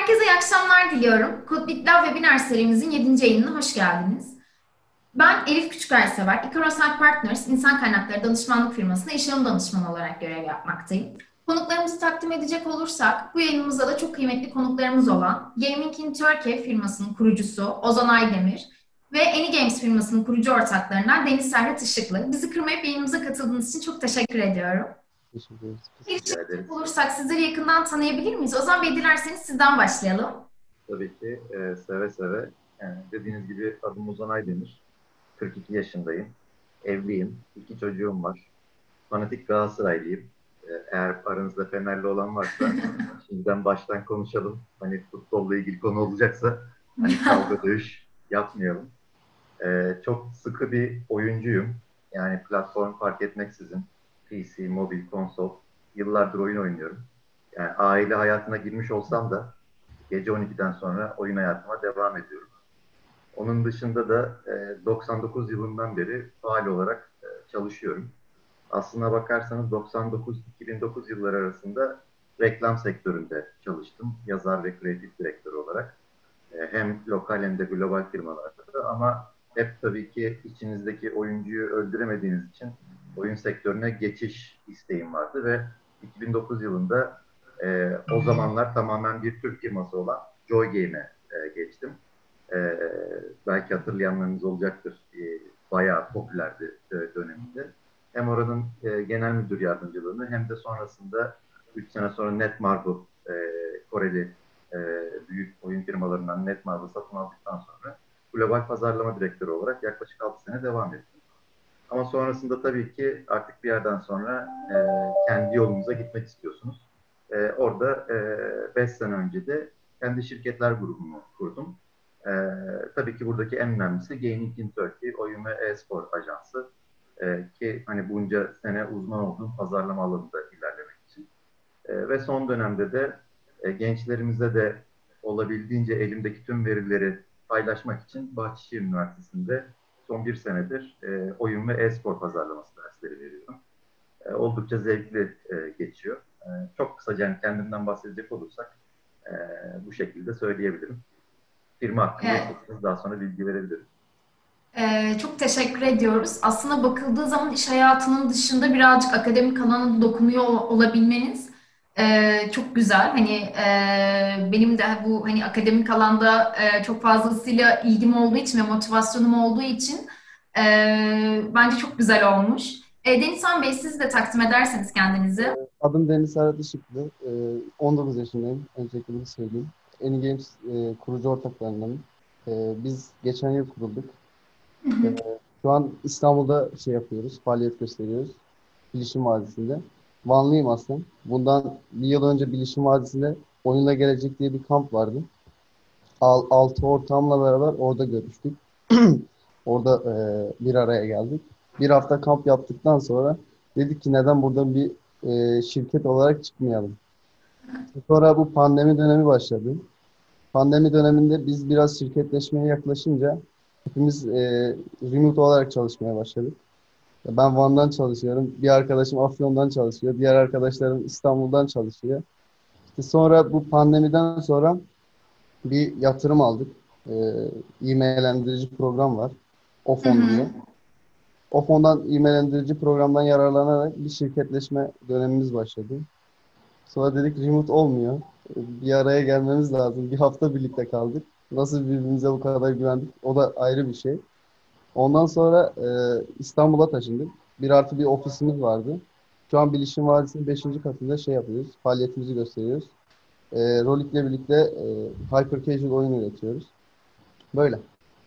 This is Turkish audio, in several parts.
Herkese iyi akşamlar diliyorum. Kod Bit Love Webinar serimizin 7. yayınına hoş geldiniz. Ben Elif Küçükersever, Icarosite Partners insan kaynakları danışmanlık firmasında işletme danışmanı olarak görev yapmaktayım. Konuklarımızı takdim edecek olursak, bu yayınımızda da çok kıymetli konuklarımız olan Gaming in Turkey firmasının kurucusu Ozan Aydemir ve Anygames firmasının kurucu ortaklarından Deniz Serhat Işıklı. Bizi kırmayıp yayınımıza katıldığınız için çok teşekkür ediyorum. Teşekkür ederiz. İlk Rica ederiz. olursak sizleri yakından tanıyabilir miyiz? Ozan Bey, dilerseniz sizden başlayalım. Tabii ki seve seve. Yani dediğiniz gibi adım Ozan Aydemir. 42 yaşındayım. Evliyim. 2 çocuğum var. Fanatik Galatasaraylıyım. Eğer aranızda Fenerli olan varsa şimdiden baştan konuşalım. Hani futbolla ilgili konu olacaksa hani kavga dövüş yapmayalım. Çok sıkı bir oyuncuyum. Yani platform fark etmeksizin PC, mobil, konsol yıllardır oyun oynuyorum. Yani aile hayatına girmiş olsam da gece 12'den sonra oyun hayatıma devam ediyorum. Onun dışında da 99 yılından beri faal olarak çalışıyorum. Aslına bakarsanız 99-2009 yılları arasında reklam sektöründe çalıştım. Yazar ve kreatif direktör olarak. Hem lokal hem de global firmalarda ama hep tabii ki içinizdeki oyuncuyu öldüremediğiniz için oyun sektörüne geçiş isteğim vardı ve 2009 yılında o zamanlar tamamen bir Türk firması olan Joy Game'e geçtim. Belki hatırlayanlarınız olacaktır. Bayağı popülerdi döneminde. Hem oranın genel müdür yardımcılığını hem de sonrasında 3 sene sonra Netmarble Koreli büyük oyun firmalarından Netmarble'ı satın aldıktan sonra global pazarlama direktörü olarak yaklaşık 6 sene devam ettim. Ama sonrasında tabii ki artık bir yerden sonra kendi yolunuza gitmek istiyorsunuz. Orada 5 sene önce de kendi şirketler grubumu kurdum. Tabii ki buradaki en önemlisi Gaming in Turkey, oyun ve e-spor ajansı. Ki hani bunca sene uzman olduğum pazarlama alanında ilerlemek için. Ve son dönemde de gençlerimize de olabildiğince elimdeki tüm verileri paylaşmak için Bahçeşehir Üniversitesi'nde son bir senedir oyun ve e-spor pazarlaması dersleri veriyorum. Oldukça zevkli geçiyor. Çok kısaca yani kendimden bahsedecek olursak bu şekilde söyleyebilirim. Firma hakkında Evet. isterseniz daha sonra bilgi verebilirim. Çok teşekkür ediyoruz. Aslında bakıldığı zaman iş hayatının dışında birazcık akademik alana dokunuyor olabilmeniz çok güzel. Hani benim de bu hani akademik alanda çok fazlasıyla ilgim olduğu için ve motivasyonum olduğu için bence çok güzel olmuş. Denizhan Bey, siz de takdim ederseniz kendinizi. Adım Deniz Serhat Işıklı. 19 yaşındayım. Öncelikle bunu söyleyeyim. Anygames kurucu ortaklarındanım. Biz geçen yıl kurulduk. E, Şu an İstanbul'da şey yapıyoruz, faaliyet gösteriyoruz. Bilişim Vadisi'nde. Vanlıyım aslında. Bundan bir yıl önce Bilişim Vadisi'nde Oyunla Gelecek diye bir kamp vardı. Altı ortamla beraber orada görüştük. Orada bir araya geldik. Bir hafta kamp yaptıktan sonra dedik ki neden burada bir şirket olarak çıkmayalım. Sonra bu pandemi dönemi başladı. Pandemi döneminde biz biraz şirketleşmeye yaklaşınca hepimiz remote olarak çalışmaya başladık. Ben Van'dan çalışıyorum. Bir arkadaşım Afyon'dan çalışıyor. Diğer arkadaşlarım İstanbul'dan çalışıyor. İşte sonra bu pandemiden sonra bir yatırım aldık. E-mailendirici program var. O Hı fon hı. diye. O fondan e-mailendirici programdan yararlanarak bir şirketleşme dönemimiz başladı. Sonra dedik remote olmuyor. Bir araya gelmemiz lazım. Bir hafta birlikte kaldık. Nasıl birbirimize bu kadar güvendik? O da ayrı bir şey. Ondan sonra İstanbul'a taşındık. Bir artı bir ofisimiz vardı. Şu an Bilişim Vadisi'nin 5. katında şey yapıyoruz. Faaliyetimizi gösteriyoruz. Rolik'le birlikte Hyper Casual oyun üretiyoruz. Böyle.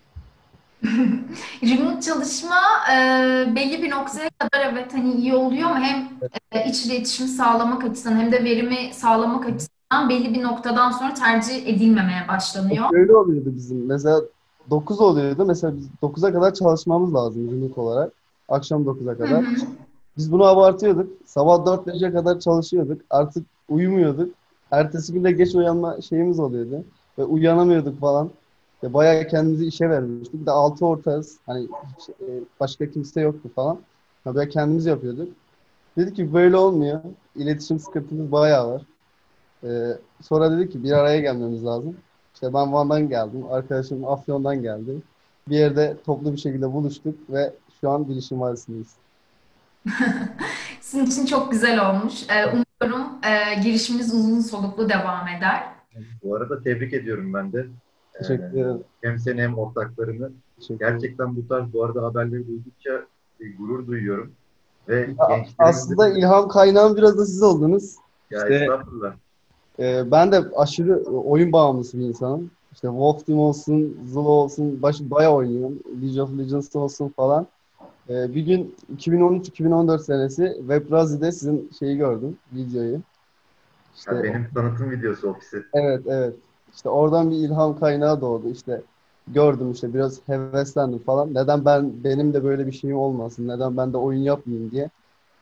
Remote çalışma belli bir noktaya kadar evet hani iyi oluyor ama hem iç iletişimi sağlamak açısından hem de verimi sağlamak açısından belli bir noktadan sonra tercih edilmemeye başlanıyor. Şöyle oluyordu bizim. Mesela 9 oluyordu. Mesela biz 9'a kadar çalışmamız lazım günlük olarak. Akşam 9'a Hı kadar. hı. Biz bunu abartıyorduk. Sabah 4-5'e kadar çalışıyorduk. Artık uyumuyorduk. Ertesi gün de geç uyanma şeyimiz oluyordu. Ve uyanamıyorduk falan. Ve bayağı kendimizi işe vermiştik. Bir de 6 ortağız. Hani hiç, başka kimse yoktu falan. Ha, böyle kendimiz yapıyorduk. Dedik ki böyle olmuyor. İletişim sıkıntımız bayağı var. Sonra dedik ki bir araya gelmemiz lazım. İşte ben Van'dan geldim. Arkadaşım Afyon'dan geldi. Bir yerde toplu bir şekilde buluştuk ve şu an Bilişim Vadisi'ndeyiz. Sizin için çok güzel olmuş. Umuyorum girişiminiz uzun soluklu devam eder. Bu arada tebrik ediyorum ben de. Ee, Teşekkür ederim. Hem seni hem ortaklarını. Teşekkür ederim. Gerçekten bu tarz bu arada haberleri duydukça gurur duyuyorum. Ve Ya, gençlerimizin aslında ilham kaynağım biraz da siz oldunuz. ya İşte estağfurullah. ben de aşırı oyun bağımlısı bir insanım. İşte Wolf Team olsun, Zula olsun, bayağı oynuyorum. League of Legends olsun falan. Bir gün 2013-2014 senesi Webrazi'de sizin şeyi gördüm, videoyu. Ya İşte benim tanıtım videosu ofisi. evet, evet. İşte oradan bir ilham kaynağı doğdu. İşte gördüm, işte biraz heveslendim falan. Neden benim de böyle bir şeyim olmasın? Neden ben de oyun yapmayayım diye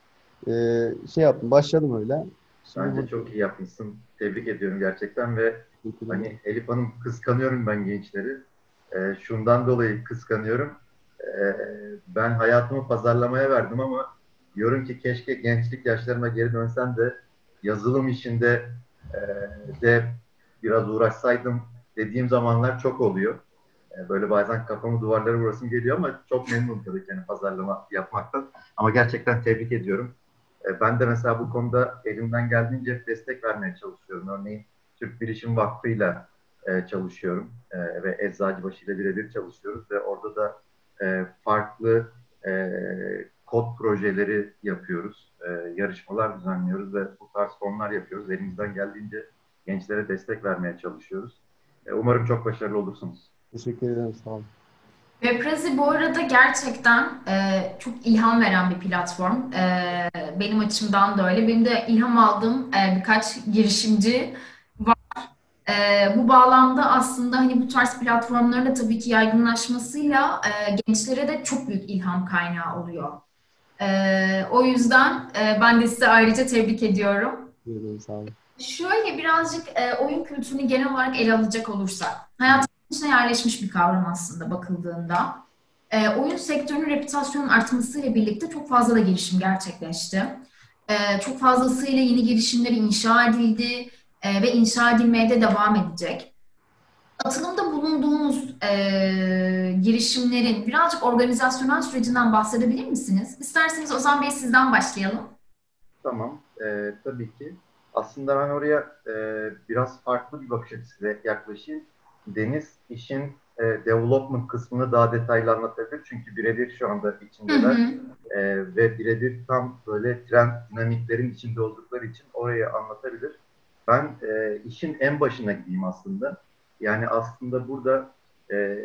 şey yaptım. Başladım öyle. Şimdi Bence bu çok iyi yapmışsın. Tebrik ediyorum gerçekten ve hani Elif Hanım kıskanıyorum ben gençleri. Şundan dolayı kıskanıyorum. Ben hayatımı pazarlamaya verdim ama diyorum ki keşke gençlik yaşlarıma geri dönsem de yazılım işinde e, de biraz uğraşsaydım dediğim zamanlar çok oluyor. Böyle bazen kafamı duvarlara vurasım geliyor ama çok memnunum tabii ki yani pazarlama yapmaktan. Ama gerçekten tebrik ediyorum. Ben de mesela bu konuda elimden geldiğince destek vermeye çalışıyorum. Örneğin Türk Bilişim Vakfı'yla çalışıyorum ve Eczacıbaşı ile birebir çalışıyoruz ve orada da farklı kod projeleri yapıyoruz. Yarışmalar düzenliyoruz ve bu tarz fonlar yapıyoruz. Elimizden geldiğince gençlere destek vermeye çalışıyoruz. Umarım çok başarılı olursunuz. teşekkür ederim, sağ olun. Weprezi bu arada gerçekten çok ilham veren bir platform. Benim açımdan da öyle. Benim de ilham aldığım birkaç girişimci var. Bu bağlamda aslında hani bu tarz platformların da tabii ki yaygınlaşmasıyla gençlere de çok büyük ilham kaynağı oluyor. O yüzden ben de size ayrıca tebrik ediyorum. Teşekkür ederim, sağ olun. Şöyle birazcık oyun kültürünü genel olarak ele alacak olursak, hayatın içine yerleşmiş bir kavram aslında bakıldığında. Oyun sektörünün reputasyonun artmasıyla birlikte çok fazla da girişim gerçekleşti. Çok fazlasıyla yeni girişimler inşa edildi ve inşa edilmeye de devam edecek. Atılımda bulunduğunuz girişimlerin birazcık organizasyonel sürecinden bahsedebilir misiniz? İsterseniz Ozan Bey sizden başlayalım. Tamam, tabii ki. Aslında ben oraya biraz farklı bir bakış açısıyla yaklaşayım. Deniz işin development kısmını daha detaylı anlatabilir. Çünkü birebir şu anda Hı içindeler hı. ve birebir tam böyle trend dinamiklerin içinde oldukları için orayı anlatabilir. Ben işin en başına gideyim aslında. Yani aslında burada e,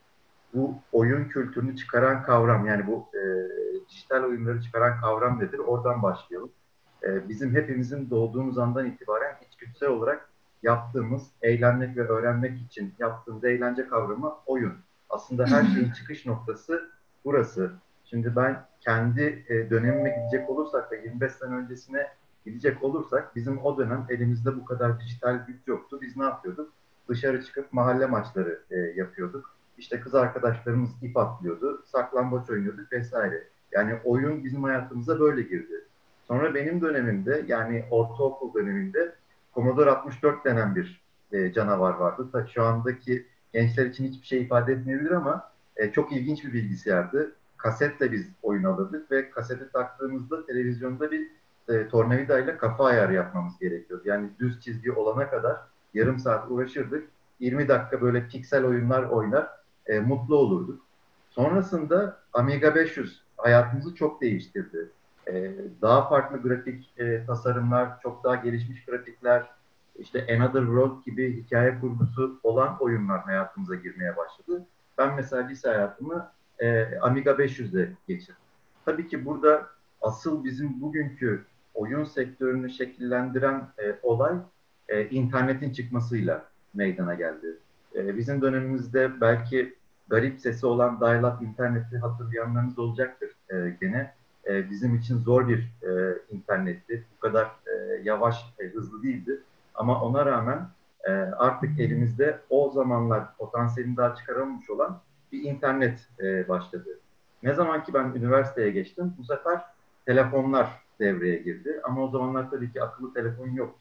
bu oyun kültürünü çıkaran kavram, yani bu dijital oyunları çıkaran kavram nedir? Oradan başlayalım. Bizim hepimizin doğduğumuz andan itibaren içgüdüsel olarak yaptığımız, eğlenmek ve öğrenmek için yaptığımız eğlence kavramı oyun. Aslında Hı her hı. şeyin çıkış noktası burası. Şimdi ben kendi dönemime gidecek olursak ve 25 sene öncesine gidecek olursak bizim o dönem elimizde bu kadar dijital güç yoktu. Biz ne yapıyorduk? Dışarı çıkıp mahalle maçları yapıyorduk. İşte kız arkadaşlarımız ip atlıyordu, saklambaç oynuyorduk vesaire. Yani oyun bizim hayatımıza böyle girdi. Sonra benim dönemimde yani ortaokul döneminde Commodore 64 denen bir canavar vardı. Şu andaki gençler için hiçbir şey ifade etmeyebilir ama çok ilginç bir bilgisayardı. Kasetle biz oyun alırdık ve kasete taktığımızda televizyonda bir tornavida ile kafa ayarı yapmamız gerekiyordu. Yani düz çizgi olana kadar yarım saat uğraşırdık. 20 dakika böyle piksel oyunlar oynar, mutlu olurduk. Sonrasında Amiga 500 hayatımızı çok değiştirdi. Daha farklı grafik tasarımlar, çok daha gelişmiş grafikler, işte Another World gibi hikaye kurgusu olan oyunlar hayatımıza girmeye başladı. Ben mesela lise hayatımı Amiga 500'de geçirdim. Tabii ki burada asıl bizim bugünkü oyun sektörünü şekillendiren olay internetin çıkmasıyla meydana geldi. Bizim dönemimizde belki garip sesi olan dial-up interneti hatırlayanlarınız olacaktır gene. Bizim için zor bir internetti. Bu kadar yavaş, hızlı değildi. Ama ona rağmen artık elimizde o zamanlar potansiyelini daha çıkaramamış olan bir internet başladı. Ne zaman ki ben üniversiteye geçtim, bu sefer telefonlar devreye girdi. Ama o zamanlar tabii ki akıllı telefon yoktu.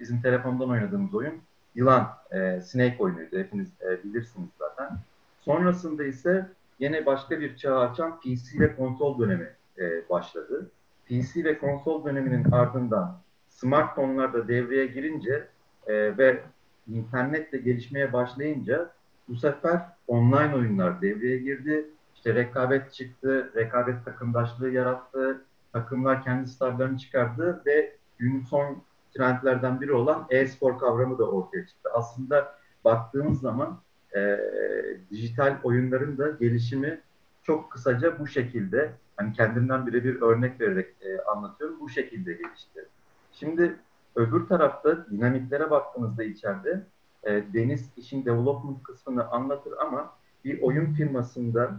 bizim telefondan oynadığımız oyun Yılan, Snake oyunuydu. Hepiniz bilirsiniz zaten. Sonrasında ise yine başka bir çağ açan PC ve konsol dönemi başladı. PC ve konsol döneminin ardından smartphone'lar da devreye girince ve internetle gelişmeye başlayınca bu sefer online oyunlar devreye girdi. İşte rekabet çıktı, rekabet takımdaşlığı yarattı, takımlar kendi starlarını çıkardı ve günün son trendlerden biri olan e-spor kavramı da ortaya çıktı. Aslında baktığımız zaman dijital oyunların da gelişimi çok kısaca bu şekilde, hani kendimden birebir örnek vererek anlatıyorum, bu şekilde gelişti. Şimdi öbür tarafta dinamiklere baktığımızda içeride Deniz işin development kısmını anlatır ama bir oyun firmasında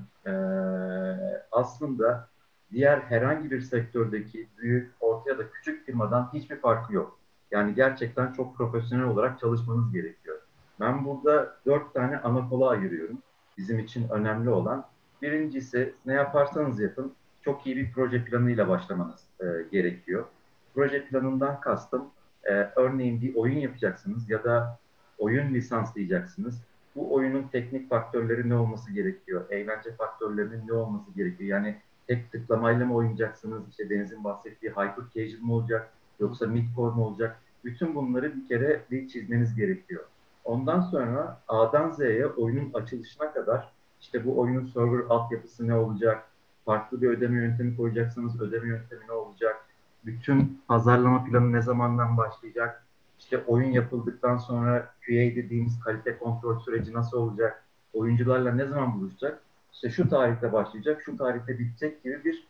aslında diğer herhangi bir sektördeki büyük, orta ya da küçük firmadan hiçbir farkı yok. Yani gerçekten çok profesyonel olarak çalışmanız gerekiyor. Ben burada 4 tane ana kola ayırıyorum. Bizim için önemli olan. Birincisi, ne yaparsanız yapın çok iyi bir proje planıyla başlamanız gerekiyor. Proje planından kastım, örneğin bir oyun yapacaksınız ya da oyun lisanslayacaksınız. Bu oyunun teknik faktörleri ne olması gerekiyor? Eğlence faktörlerinin ne olması gerekiyor? Yani tek tıklamayla mı oynayacaksınız? İşte Deniz'in bahsettiği hyper casual mı olacak? Yoksa midcore mu olacak? Bütün bunları bir kere bir çizmeniz gerekiyor. Ondan sonra A'dan Z'ye oyunun açılışına kadar işte bu oyunun server altyapısı ne olacak? Farklı bir ödeme yöntemi koyacaksınız. Ödeme yöntemi ne olacak? Bütün pazarlama planı ne zamandan başlayacak? İşte oyun yapıldıktan sonra QA dediğimiz kalite kontrol süreci nasıl olacak? Oyuncularla ne zaman buluşacak? İşte şu tarihte başlayacak, şu tarihte bitecek gibi bir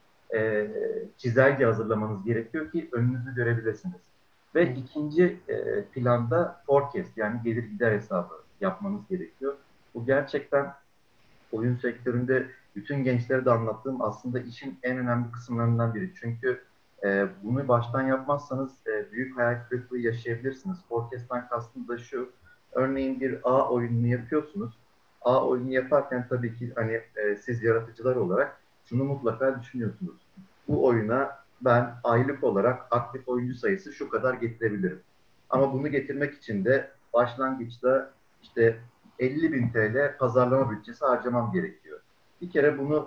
çizelge hazırlamanız gerekiyor ki önünüzü görebilirsiniz. Ve ikinci planda forecast, yani gelir gider hesabı yapmanız gerekiyor. Bu gerçekten oyun sektöründe bütün gençlere de anlattığım aslında işin en önemli kısımlarından biri. Çünkü bunu baştan yapmazsanız büyük hayal kırıklığı yaşayabilirsiniz. Forecast'tan kastım da şu, örneğin bir A oyununu yapıyorsunuz. A oyunu yaparken tabii ki hani siz yaratıcılar olarak şunu mutlaka düşünüyorsunuz. Bu oyuna ben aylık olarak aktif oyuncu sayısı şu kadar getirebilirim. Ama bunu getirmek için de başlangıçta işte 50 bin TL pazarlama bütçesi harcamam gerekiyor. Bir kere bunu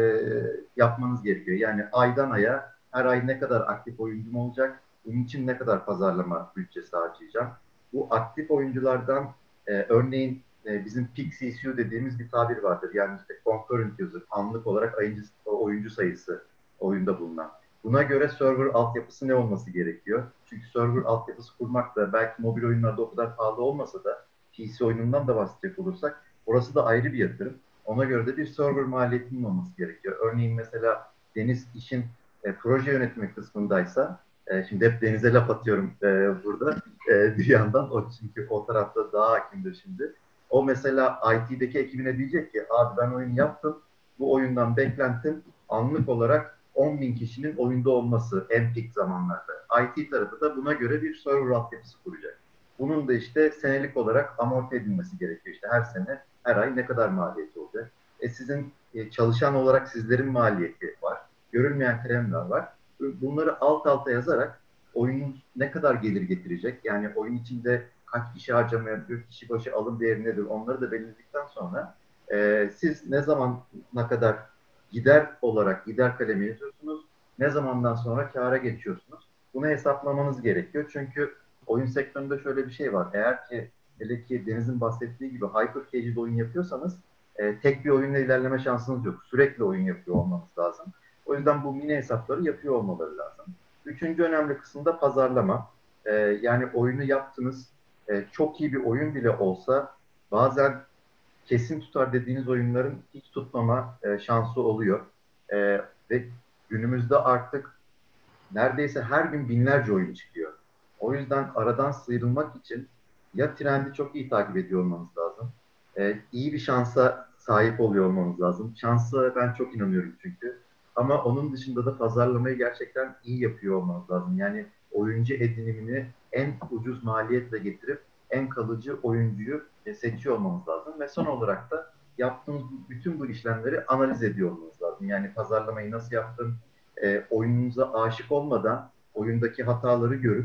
yapmanız gerekiyor. Yani aydan aya her ay ne kadar aktif oyuncum olacak, bunun için ne kadar pazarlama bütçesi harcayacağım. Bu aktif oyunculardan örneğin bizim peak CSU dediğimiz bir tabir vardır. Yani işte concurrent user, anlık olarak oyuncu sayısı oyunda bulunan. Buna göre server altyapısı ne olması gerekiyor? Çünkü server altyapısı kurmak da belki mobil oyunlarda o kadar pahalı olmasa da PC oyunundan da bahsedecek olursak orası da ayrı bir yatırım. Ona göre de bir server maliyetinin olması gerekiyor. Örneğin mesela Deniz işin proje yönetimi kısmındaysa şimdi hep Deniz'e laf atıyorum burada bir yandan. O çünkü o tarafta daha hakimdir şimdi. O mesela IT'deki ekibine diyecek ki abi ben oyun yaptım. Bu oyundan beklentim anlık olarak 10 bin kişinin oyunda olması en peak zamanlarda. IT tarafı da buna göre bir server altyapısı kuracak. Bunun da işte senelik olarak amorti edilmesi gerekiyor. İşte her sene, her ay ne kadar maliyeti olacak. Sizin çalışan olarak sizlerin maliyeti var. Görünmeyen kalemler var. Bunları alt alta yazarak oyunun ne kadar gelir getirecek? Yani oyun içinde kaç kişi harcama yapıyor, kişi başı alım değeri nedir? Onları da belirledikten sonra siz ne zamana kadar gider olarak gider kalemi yazıyorsunuz, ne zamandan sonra kâra geçiyorsunuz. Bunu hesaplamanız gerekiyor. Çünkü oyun sektöründe şöyle bir şey var. Eğer ki hele ki Deniz'in bahsettiği gibi hyper casual oyun yapıyorsanız tek bir oyunla ilerleme şansınız yok. Sürekli oyun yapıyor olmanız lazım. O yüzden bu mini hesapları yapıyor olmaları lazım. Üçüncü önemli kısım da pazarlama. Yani oyunu yaptınız, çok iyi bir oyun bile olsa bazen kesin tutar dediğiniz oyunların hiç tutmama şansı oluyor. Ve günümüzde artık neredeyse her gün binlerce oyun çıkıyor. O yüzden aradan sıyrılmak için ya trendi çok iyi takip ediyor olmanız lazım. İyi bir şansa sahip oluyor olmanız lazım. Şansa ben çok inanıyorum çünkü. Ama onun dışında da pazarlamayı gerçekten iyi yapıyor olmanız lazım. Yani oyuncu edinimini en ucuz maliyetle getirip en kalıcı oyuncuyu seçiyor olmanız lazım. Ve son olarak da yaptığınız bütün bu işlemleri analiz ediyor olmanız lazım. Yani pazarlamayı nasıl yaptın, oyununuza aşık olmadan oyundaki hataları görüp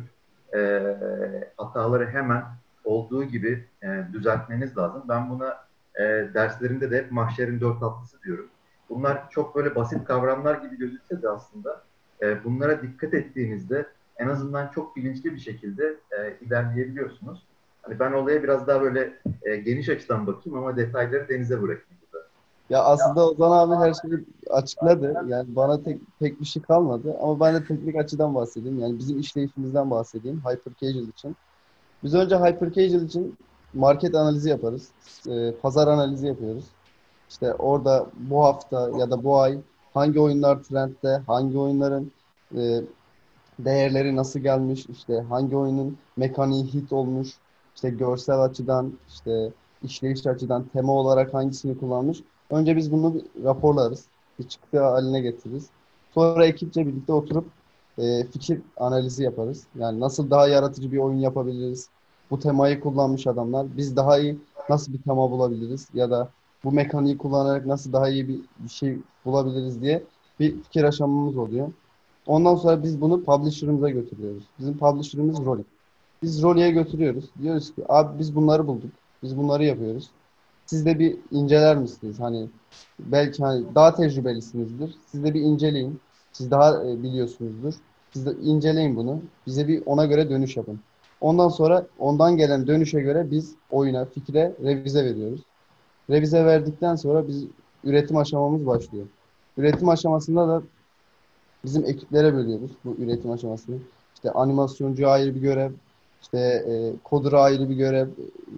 hataları hemen olduğu gibi düzeltmeniz lazım. Ben buna derslerimde de hep mahşerin dört tatlısı diyorum. Bunlar çok böyle basit kavramlar gibi gözükse de aslında bunlara dikkat ettiğinizde en azından çok bilinçli bir şekilde ilerleyebiliyorsunuz. Hani ben olaya biraz daha böyle geniş açıdan bakayım ama detayları denize bırakayım burada. Ya aslında Ozan abi her şeyi açıkladı. Yani bana pek bir şey kalmadı. Ama ben de teknik açıdan bahsedeyim. Yani bizim işleyişimizden bahsedeyim. Hyper casual için. Biz önce hyper casual için market analizi yaparız. Pazar analizi yapıyoruz. İşte orada bu hafta ya da bu ay hangi oyunlar trendde, hangi oyunların e, değerleri nasıl gelmiş, işte hangi oyunun mekaniği hit olmuş, işte görsel açıdan, işte işleyiş açıdan, tema olarak hangisini kullanmış. Önce biz bunu bir raporlarız, bir çıktı haline getiririz. Sonra ekipçe birlikte oturup fikir analizi yaparız. Yani nasıl daha yaratıcı bir oyun yapabiliriz? Bu temayı kullanmış adamlar. Biz daha iyi nasıl bir tema bulabiliriz? Ya da bu mekaniği kullanarak nasıl daha iyi bir şey bulabiliriz diye bir fikir aşamamız oluyor. Ondan sonra biz bunu publisher'ımıza götürüyoruz. Bizim publisher'ımız Rolly. Biz Rolly'e götürüyoruz. Diyoruz ki abi biz bunları bulduk. Biz bunları yapıyoruz. Siz de bir inceler misiniz? Hani belki hani daha tecrübelisinizdir. Siz de bir inceleyin. Siz daha biliyorsunuzdur. Siz de inceleyin bunu. Bize bir ona göre dönüş yapın. Ondan sonra ondan gelen dönüşe göre biz oyuna, fikre revize veriyoruz. Revize verdikten sonra biz üretim aşamamız başlıyor. Üretim aşamasında da bizim ekiplere bölüyoruz bu üretim aşamasını. İşte animasyoncu ayrı bir görev, işte coder ayrı bir görev,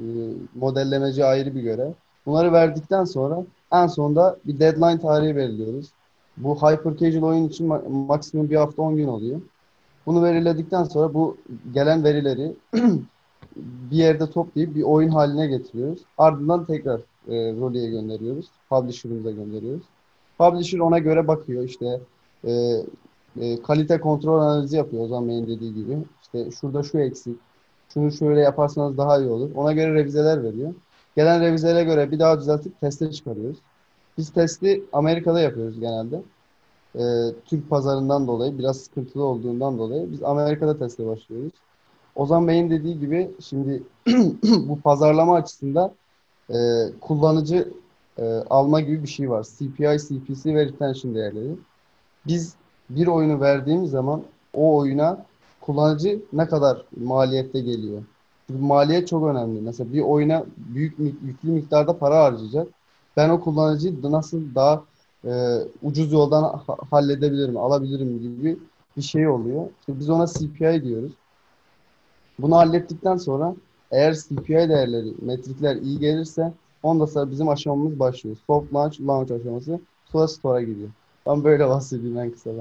modellemeci ayrı bir görev. Bunları verdikten sonra en sonunda bir deadline tarihi belirliyoruz. Bu hyper casual oyun için maksimum bir hafta 10 gün oluyor. Bunu belirledikten sonra bu gelen verileri bir yerde toplayıp bir oyun haline getiriyoruz. Ardından tekrar Rolly'e gönderiyoruz. Publisher'ımıza gönderiyoruz. Publisher ona göre bakıyor işte e, kalite kontrol analizi yapıyor Ozan Bey'in dediği gibi. İşte şurada şu eksik. Şunu şöyle yaparsanız daha iyi olur. Ona göre revizeler veriyor. Gelen revizelere göre bir daha düzeltip teste çıkarıyoruz. Biz testi Amerika'da yapıyoruz genelde. Türk pazarından dolayı, biraz sıkıntılı olduğundan dolayı biz Amerika'da teste başlıyoruz. Ozan Bey'in dediği gibi şimdi bu pazarlama açısından kullanıcı alma gibi bir şey var. CPI, CPC ve retention değerleri. Biz bir oyunu verdiğimiz zaman o oyuna kullanıcı ne kadar maliyette geliyor? Çünkü maliyet çok önemli. Mesela bir oyuna yüklü miktarda para harcayacak. Ben o kullanıcıyı nasıl daha ucuz yoldan halledebilirim, alabilirim gibi bir şey oluyor. İşte biz ona CPI diyoruz. Bunu hallettikten sonra eğer CPI değerleri, metrikler iyi gelirse ondan sonra bizim aşamamız başlıyor. Soft launch, launch aşaması. Sonra store'a gidiyor. Ben böyle bahsedeyim en kısadan.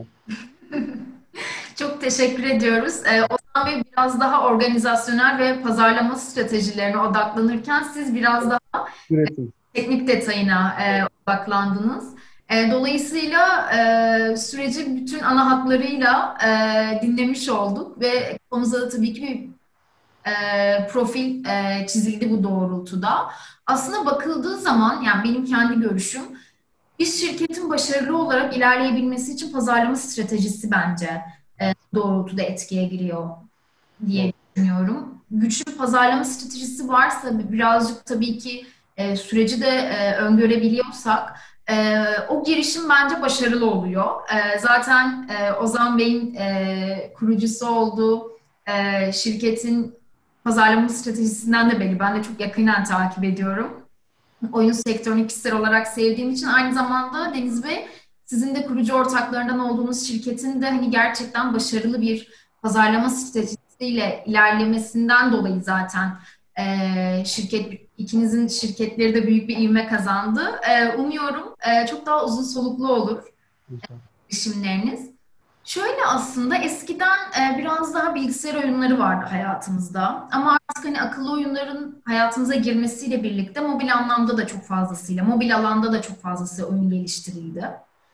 Çok teşekkür ediyoruz. Ozan Bey biraz daha organizasyonel ve pazarlama stratejilerine odaklanırken siz biraz daha Üretim. teknik detayına odaklandınız. Dolayısıyla süreci bütün ana hatlarıyla dinlemiş olduk ve kafamıza da tabii ki bir profil çizildi bu doğrultuda. Aslında bakıldığı zaman, yani benim kendi görüşüm, bir şirketin başarılı olarak ilerleyebilmesi için pazarlama stratejisi bence doğrultuda etkiye giriyor diye Doğru. düşünüyorum. Güçlü bir pazarlama stratejisi varsa, birazcık tabii ki süreci de öngörebiliyorsak o girişim bence başarılı oluyor. Zaten Ozan Bey'in kurucusu olduğu şirketin pazarlama stratejisinden de belli. Ben de çok yakından takip ediyorum. Oyun sektörünü kişisel olarak sevdiğim için, aynı zamanda Deniz Bey, sizin de kurucu ortaklarından olduğunuz şirketin de hani gerçekten başarılı bir pazarlama stratejisiyle ilerlemesinden dolayı zaten ikinizin şirketleri de büyük bir ivme kazandı. Umuyorum çok daha uzun soluklu olur İnşallah. girişimleriniz. Şöyle, aslında eskiden biraz daha bilgisayar oyunları vardı hayatımızda. Ama artık hani akıllı oyunların hayatımıza girmesiyle birlikte mobil anlamda da çok fazlasıyla, mobil alanda da çok fazlasıyla oyun geliştirildi.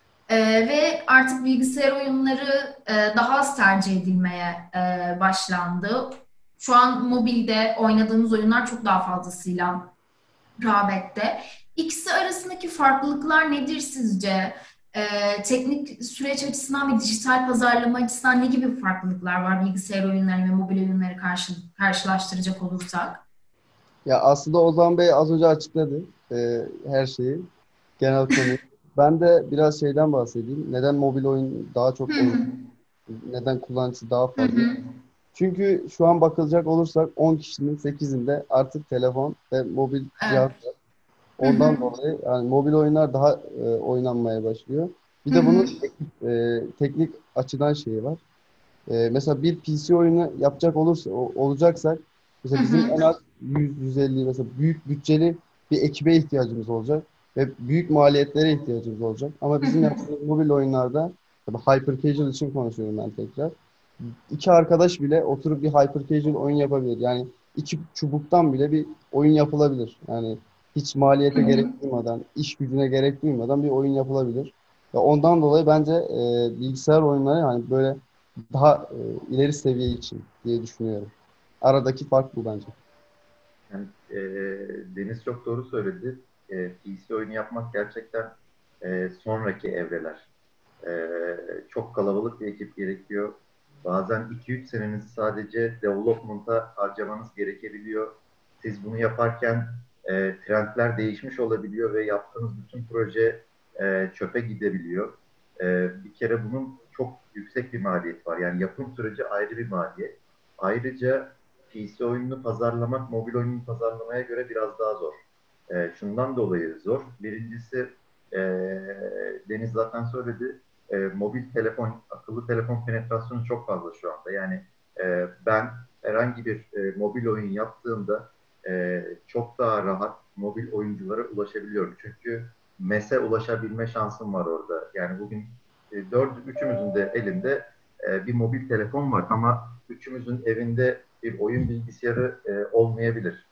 Ve artık bilgisayar oyunları daha az tercih edilmeye başlandı. Şu an mobilde oynadığımız oyunlar çok daha fazlasıyla rağbette. İkisi arasındaki farklılıklar nedir sizce? Teknik süreç açısından ve dijital pazarlama açısından ne gibi farklılıklar var bilgisayar oyunları ve mobil oyunları karşılaştıracak olursak? Ya aslında Ozan Bey az önce açıkladı her şeyi, genel konuyu. Ben de biraz şeyden bahsedeyim. Neden mobil oyun daha Hı çok hı. neden kullanıcısı daha Hı fazla? hı. Çünkü şu an bakılacak olursak 10 kişinin 8'inde artık telefon ve mobil cihaz. Evet. Hı hı. Ondan dolayı yani mobil oyunlar daha oynanmaya başlıyor. Bir Hı de hı. bunun teknik açıdan şeyi var. Mesela bir PC oyunu yapacak olacaksak Hı mesela bizim hı. en az 100-150 mesela büyük bütçeli bir ekibe ihtiyacımız olacak ve büyük maliyetlere ihtiyacımız olacak. Ama Hı bizim hı. yaptığımız mobil oyunlarda tabii hyper casual için konuşuyorum ben tekrar. İki arkadaş bile oturup bir hyper casual oyun yapabilir. Yani iki çubuktan bile bir oyun yapılabilir. Yani hiç Hı maliyete hı. gerek duymadan, iş gücüne gerek duymadan bir oyun yapılabilir. Ve ondan dolayı bence bilgisayar oyunları hani böyle daha ileri seviye için diye düşünüyorum. Aradaki fark bu bence. Yani, Deniz çok doğru söyledi. PC oyunu yapmak gerçekten sonraki evreler. Çok kalabalık bir ekip gerekiyor. Bazen 2-3 senenizi sadece development'a harcamanız gerekebiliyor. Siz bunu yaparken trendler değişmiş olabiliyor ve yaptığınız bütün proje çöpe gidebiliyor. Bir kere bunun çok yüksek bir maliyet var. Yani yapım süreci ayrı bir maliyet. Ayrıca PC oyununu pazarlamak mobil oyununu pazarlamaya göre biraz daha zor. Şundan dolayı zor. Birincisi e, Deniz zaten söyledi. Mobil telefon, akıllı telefon penetrasyonu çok fazla şu anda. Yani ben herhangi bir mobil oyun yaptığımda çok daha rahat mobil oyunculara ulaşabiliyorum. Çünkü MES'e ulaşabilme şansım var orada. Yani bugün üçümüzün de elinde bir mobil telefon var ama üçümüzün evinde bir oyun bilgisayarı olmayabilir.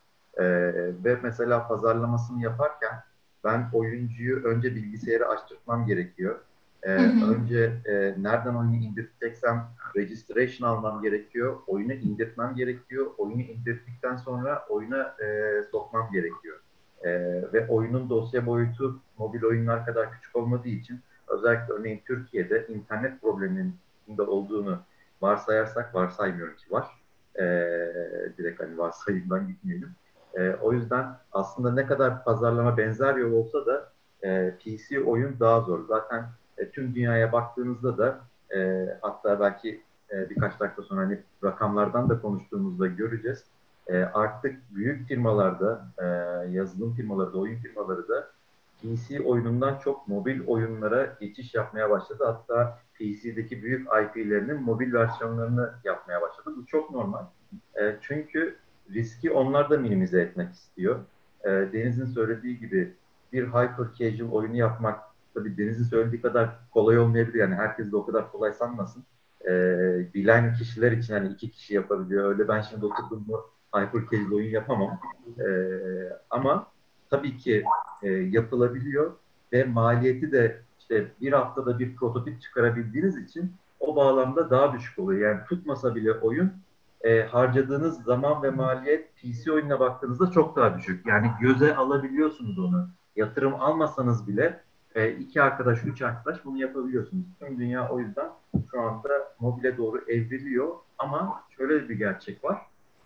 Ve mesela pazarlamasını yaparken ben oyuncuyu önce bilgisayarı açtırtmam gerekiyor. Hı hı. Önce nereden oyunu indirteceksem registration almam gerekiyor. Oyunu indirtmem gerekiyor. Oyunu indirdikten sonra oyuna sokmam gerekiyor. Ve oyunun dosya boyutu mobil oyunlar kadar küçük olmadığı için özellikle örneğin Türkiye'de internet probleminin de olduğunu varsayarsak, varsaymıyorum ki var. E, Direkt hani varsayımdan gitmeyelim. O yüzden aslında ne kadar pazarlama benzer yol olsa da PC oyun daha zor. Zaten tüm dünyaya baktığınızda da hatta belki birkaç dakika sonra hani rakamlardan da konuştuğumuzda göreceğiz. Artık büyük firmalarda, yazılım firmaları da, oyun firmaları da PC oyunundan çok mobil oyunlara geçiş yapmaya başladı. Hatta PC'deki büyük IP'lerinin mobil versiyonlarını yapmaya başladı. Bu çok normal. Çünkü riski onlar da minimize etmek istiyor. Deniz'in söylediği gibi bir hyper casual oyunu yapmak tabii Deniz'in söylediği kadar kolay olmayabilir. Yani herkes de o kadar kolay sanmasın. Bilen kişiler için hani iki kişi yapabiliyor. Öyle ben şimdi oturdum mu hyper casual oyun yapamam. Ama tabii ki yapılabiliyor ve maliyeti de işte bir haftada bir prototip çıkarabildiğiniz için o bağlamda daha düşük oluyor. Yani tutmasa bile oyun harcadığınız zaman ve maliyet PC oyununa baktığınızda çok daha düşük. Yani göze alabiliyorsunuz onu. Yatırım almasanız bile iki arkadaş, üç arkadaş bunu yapabiliyorsunuz. Tüm dünya o yüzden şu anda mobile doğru evriliyor. Ama şöyle bir gerçek var.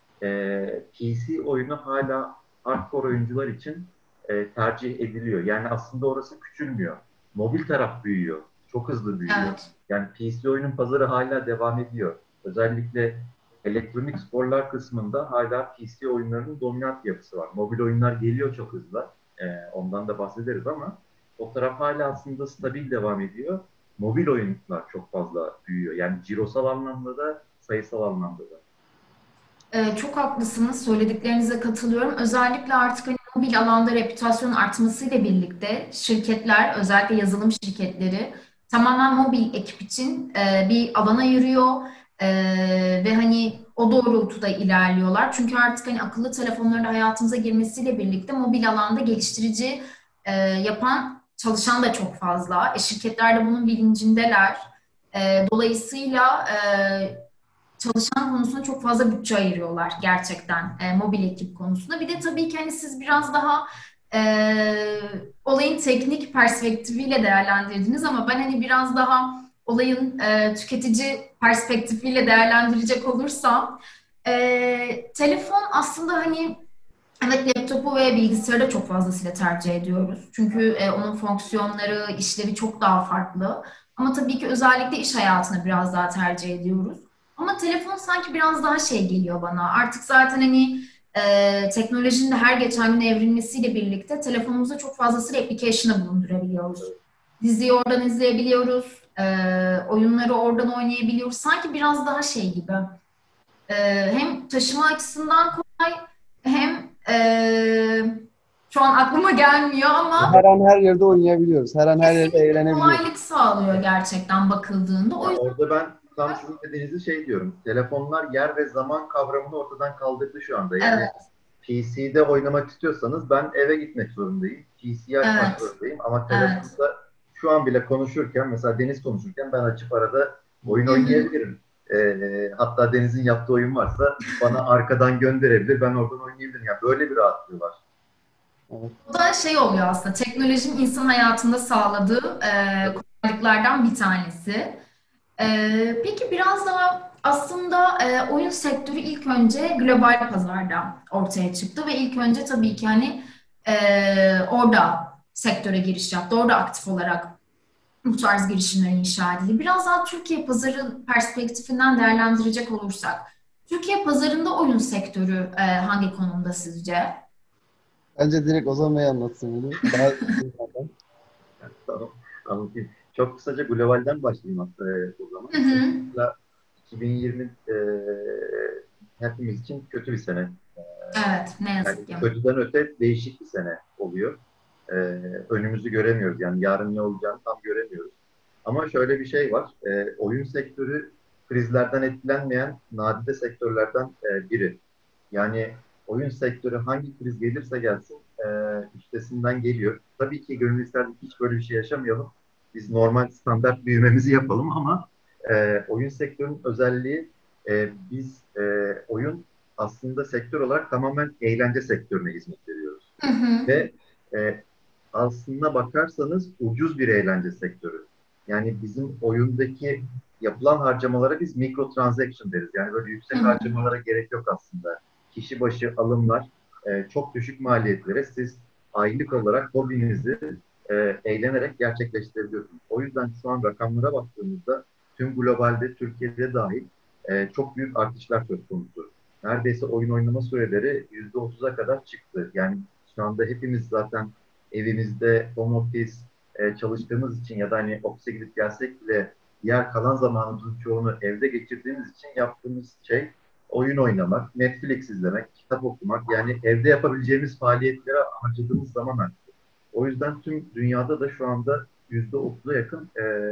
PC oyunu hala hardcore oyuncular için tercih ediliyor. Yani aslında orası küçülmüyor. Mobil taraf büyüyor. Çok hızlı büyüyor. Evet. Yani PC oyunun pazarı hala devam ediyor. Özellikle elektronik sporlar kısmında hala PC oyunlarının dominant yapısı var. Mobil oyunlar geliyor çok hızlı. Ondan da bahsederiz ama o taraf hala aslında stabil devam ediyor. Mobil oyunlar çok fazla büyüyor. Yani cirosal anlamda da sayısal anlamda da. Çok haklısınız. Söylediklerinize katılıyorum. Özellikle artık hani mobil alanda reputasyonun artmasıyla birlikte şirketler, özellikle yazılım şirketleri tamamen mobil ekip için bir alan ayırıyor E, ve hani o doğrultuda ilerliyorlar. Çünkü artık hani akıllı telefonların da hayatımıza girmesiyle birlikte mobil alanda geliştirici yapan çalışan da çok fazla. Şirketler de bunun bilincindeler. Dolayısıyla çalışan konusunda çok fazla bütçe ayırıyorlar gerçekten mobil ekip konusunda. Bir de tabii ki hani siz biraz daha olayın teknik perspektifiyle değerlendirdiniz ama ben hani biraz daha olayın tüketici perspektifiyle değerlendirecek olursam telefon aslında hani evet laptopu ve bilgisayarı da çok fazlasıyla tercih ediyoruz. Çünkü onun fonksiyonları, işlevi çok daha farklı. Ama tabii ki özellikle iş hayatını biraz daha tercih ediyoruz. Ama telefon sanki biraz daha şey geliyor bana. Artık zaten hani teknolojinin de her geçen gün evrilmesiyle birlikte telefonumuzda çok fazlasıyla application'ı bulundurabiliyoruz. Diziyi oradan izleyebiliyoruz, oyunları oradan oynayabiliyoruz. Sanki biraz daha şey gibi. Hem taşıma açısından kolay hem şu an aklıma gelmiyor ama Her an her yerde oynayabiliyoruz. Her an her yerde kesinlikle eğlenebiliyoruz. kolaylık sağlıyor gerçekten bakıldığında. O Ya yüzden orada ben tam sizin dediğinizi şey diyorum. Telefonlar yer ve zaman kavramını ortadan kaldırdı şu anda. Yani evet, PC'de oynamak istiyorsanız ben eve gitmek zorundayım. PC'yi açmak evet, zorundayım. Ama evet. telefonda şu an bile konuşurken, mesela Deniz konuşurken ben açıp arada oyun Hı hı. oynayabilirim. Hatta Deniz'in yaptığı oyun varsa bana arkadan gönderebilir. Ben oradan oynayabilirim. Yani böyle bir rahatlığı var. Evet. Bu da şey oluyor aslında teknolojinin insan hayatında sağladığı Tabii. kolaylıklardan bir tanesi. Peki biraz daha aslında oyun sektörü ilk önce global pazarda ortaya çıktı ve ilk önce tabii ki hani orada sektöre giriş yaptı. Orada aktif olarak bu tarz girişimler inşa edildi. Biraz daha Türkiye pazarı perspektifinden değerlendirecek olursak, Türkiye pazarında oyun sektörü hangi konumda sizce? Bence direkt Ozan Bey anlatsın bunu. Daha zaten. Tamam, anlatayım. Çok kısaca globalden başlayayım hatta o zaman. Hı hı. Mesela 2020 hepimiz için kötü bir sene. Evet, ne Yani yazık ki. kötüden öte değişik bir sene oluyor. E, Önümüzü göremiyoruz. Yani yarın ne olacağını tam göremiyoruz. Ama şöyle bir şey var. Oyun sektörü krizlerden etkilenmeyen nadide sektörlerden biri. Yani oyun sektörü hangi kriz gelirse gelsin üstesinden geliyor. Tabii ki gönül isterdik hiç böyle bir şey yaşamayalım. Biz normal standart büyümemizi yapalım ama oyun sektörünün özelliği biz oyun aslında sektör olarak tamamen eğlence sektörüne hizmet veriyoruz. Hı hı. Ve e, aslında bakarsanız ucuz bir eğlence sektörü. Yani bizim oyundaki yapılan harcamalara biz mikro transaction deriz. Yani böyle Hı yüksek hı. harcamalara gerek yok aslında. Kişi başı alımlar çok düşük maliyetlere siz aylık olarak hobinizi eğlenerek gerçekleştirebiliyorsunuz. O yüzden şu an rakamlara baktığımızda tüm globalde, Türkiye'de dahil çok büyük artışlar söz konusu. Neredeyse oyun oynama süreleri %30'a kadar çıktı. Yani şu anda hepimiz zaten evimizde home office çalıştığımız için ya da hani ofise gidip gelsek bile diğer kalan zamanımızın çoğunu evde geçirdiğimiz için yaptığımız şey oyun oynamak, Netflix izlemek, kitap okumak, yani evde yapabileceğimiz faaliyetlere harcadığımız zaman arttı. O yüzden tüm dünyada da şu anda %30'a yakın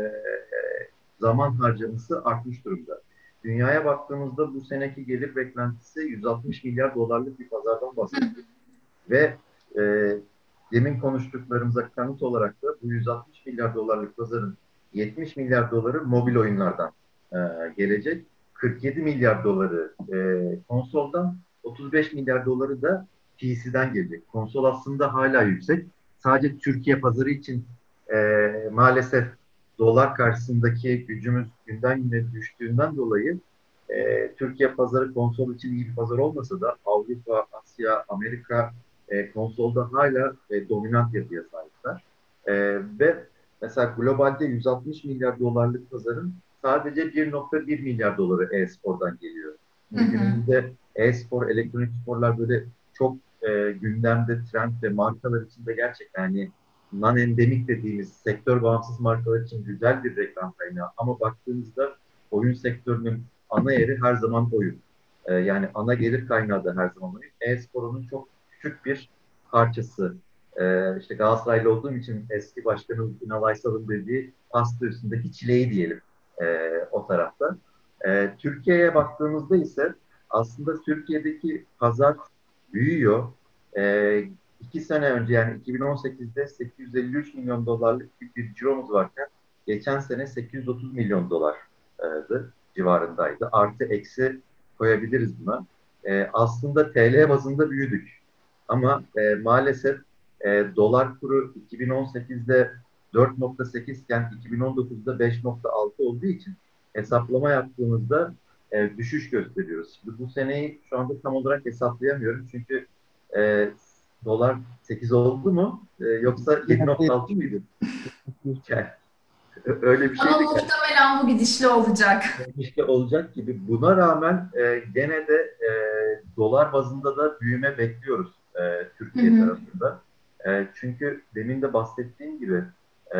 zaman harcaması artmış durumda. Dünyaya baktığımızda bu seneki gelir beklentisi 160 milyar dolarlık bir pazardan bahsediyor. Ve e, demin konuştuklarımıza kanıt olarak da bu 160 milyar dolarlık pazarın 70 milyar doları mobil oyunlardan e, gelecek. 47 milyar doları konsoldan, 35 milyar doları da PC'den gelecek. Konsol aslında hala yüksek. Sadece Türkiye pazarı için maalesef dolar karşısındaki gücümüz günden güne düştüğünden dolayı Türkiye pazarı konsol için iyi bir pazar olmasa da Avrupa, Asya, Amerika konsolda hala dominant yapıya sahipler. Ve mesela globalde 160 milyar dolarlık pazarın sadece 1,1 milyar doları e-spordan geliyor. Hı Şimdi hı. günümüzde e-spor, elektronik sporlar böyle çok gündemde, trend ve markalar için de gerçekten hani non-endemik dediğimiz sektör bağımsız markalar için güzel bir reklam kaynağı. Ama baktığımızda oyun sektörünün ana yeri her zaman oyun. Yani ana gelir kaynağı da her zaman oyun. E-sporunun çok küçük bir parçası. İşte Galatasaraylı olduğum için eski başkanım Ünal Aysal'ın dediği pasta üstündeki çileği diyelim o tarafta. Türkiye'ye baktığımızda ise aslında Türkiye'deki pazar büyüyor. E, 2 sene önce yani 2018'de 853 milyon dolarlık bir ciromuz varken geçen sene 830 milyon dolardı civarındaydı. Artı eksi koyabiliriz buna. Aslında TL bazında büyüdük. Ama maalesef dolar kuru 2018'de 4,8 iken 2019'da 5,6 olduğu için hesaplama yaptığımızda düşüş gösteriyoruz. Şimdi bu seneyi şu anda tam olarak hesaplayamıyorum. Çünkü e, dolar 8 oldu mu? Yoksa 7,6 mıydı? Yani, öyle bir Ama şeydi ki. muhtemelen bu gidişle olacak. İşte olacak gibi. Buna rağmen gene de dolar bazında da büyüme bekliyoruz Hı Türkiye hı. tarafında. Çünkü demin de bahsettiğim gibi e,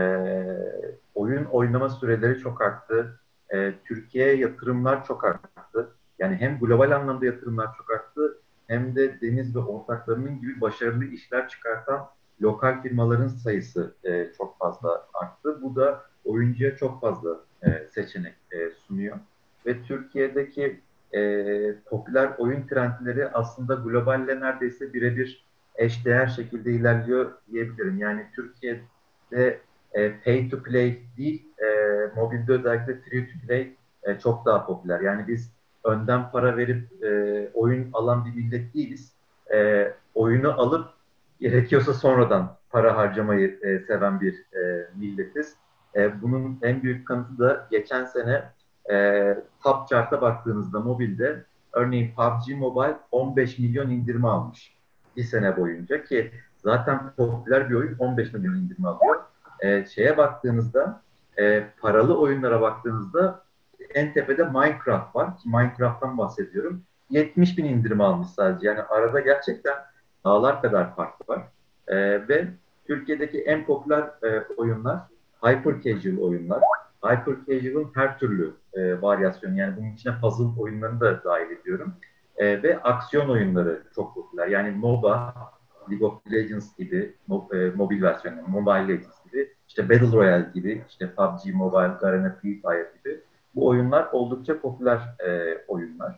oyun oynama süreleri çok arttı. Türkiye'ye yatırımlar çok arttı. Yani hem global anlamda yatırımlar çok arttı hem de Deniz ve ortaklarının gibi başarılı işler çıkartan lokal firmaların sayısı çok fazla arttı. Bu da oyuncuya çok fazla seçenek sunuyor. Ve Türkiye'deki popüler oyun trendleri aslında globalle neredeyse birebir eşdeğer şekilde ilerliyor diyebilirim. Yani Türkiye'de pay to play değil, mobilde özellikle free to play çok daha popüler. Yani biz önden para verip oyun alan bir millet değiliz. Oyunu alıp gerekiyorsa sonradan para harcamayı seven bir milletiz. Bunun en büyük kanıtı da geçen sene Top Chart'a baktığınızda mobilde örneğin PUBG Mobile 15 milyon indirme almış bir sene boyunca ki zaten popüler bir oyun 15 milyon indirme alıyor. Şeye baktığınızda paralı oyunlara baktığınızda en tepede Minecraft var ki Minecraft'tan bahsediyorum. 70 bin indirme almış sadece. Yani arada gerçekten dağlar kadar fark var. Ve Türkiye'deki en popüler oyunlar hyper casual oyunlar. Hyper casual'ın her türlü varyasyonu yani bunun içine puzzle oyunlarını da dahil ediyorum. Ve aksiyon oyunları çok popüler. Yani MOBA, League of Legends gibi mobil versiyonu, Mobile Legends gibi, işte Battle Royale gibi, işte PUBG Mobile, Garena Free Fire gibi bu oyunlar oldukça popüler oyunlar.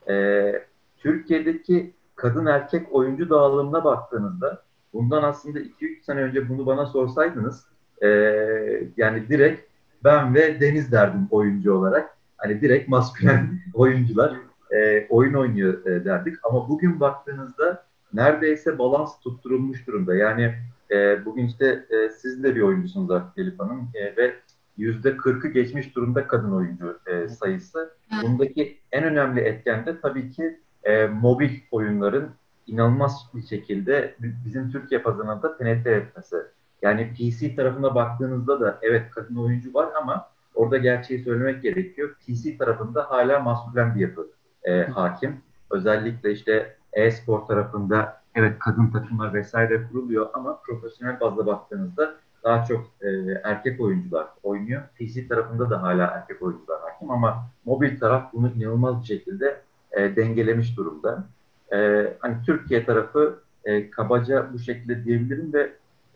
Türkiye'deki kadın erkek oyuncu dağılımına baktığınızda bundan aslında 2-3 sene önce bunu bana sorsaydınız e, yani direkt ben ve Deniz derdim oyuncu olarak. Hani direkt maskülen oyuncular oyun oynuyor derdik. Ama bugün baktığınızda neredeyse balans tutturulmuş durumda. Yani bugün işte siz de bir oyuncusunuz artık Elif Hanım ve %40'ı geçmiş durumda kadın oyuncu sayısı. Bundaki en önemli etken de tabii ki mobil oyunların inanılmaz bir şekilde bizim Türkiye pazarına da penetre etmesi. Yani PC tarafına baktığınızda da evet kadın oyuncu var ama orada gerçeği söylemek gerekiyor. PC tarafında hala maskülen bir yapı hakim. Özellikle işte e-spor tarafında evet kadın takımlar vesaire kuruluyor ama profesyonel bazda baktığınızda daha çok erkek oyuncular oynuyor. PC tarafında da hala erkek oyuncular hakim ama mobil taraf bunu inanılmaz bir şekilde dengelemiş durumda. Hani Türkiye tarafı kabaca bu şekilde diyebilirim ve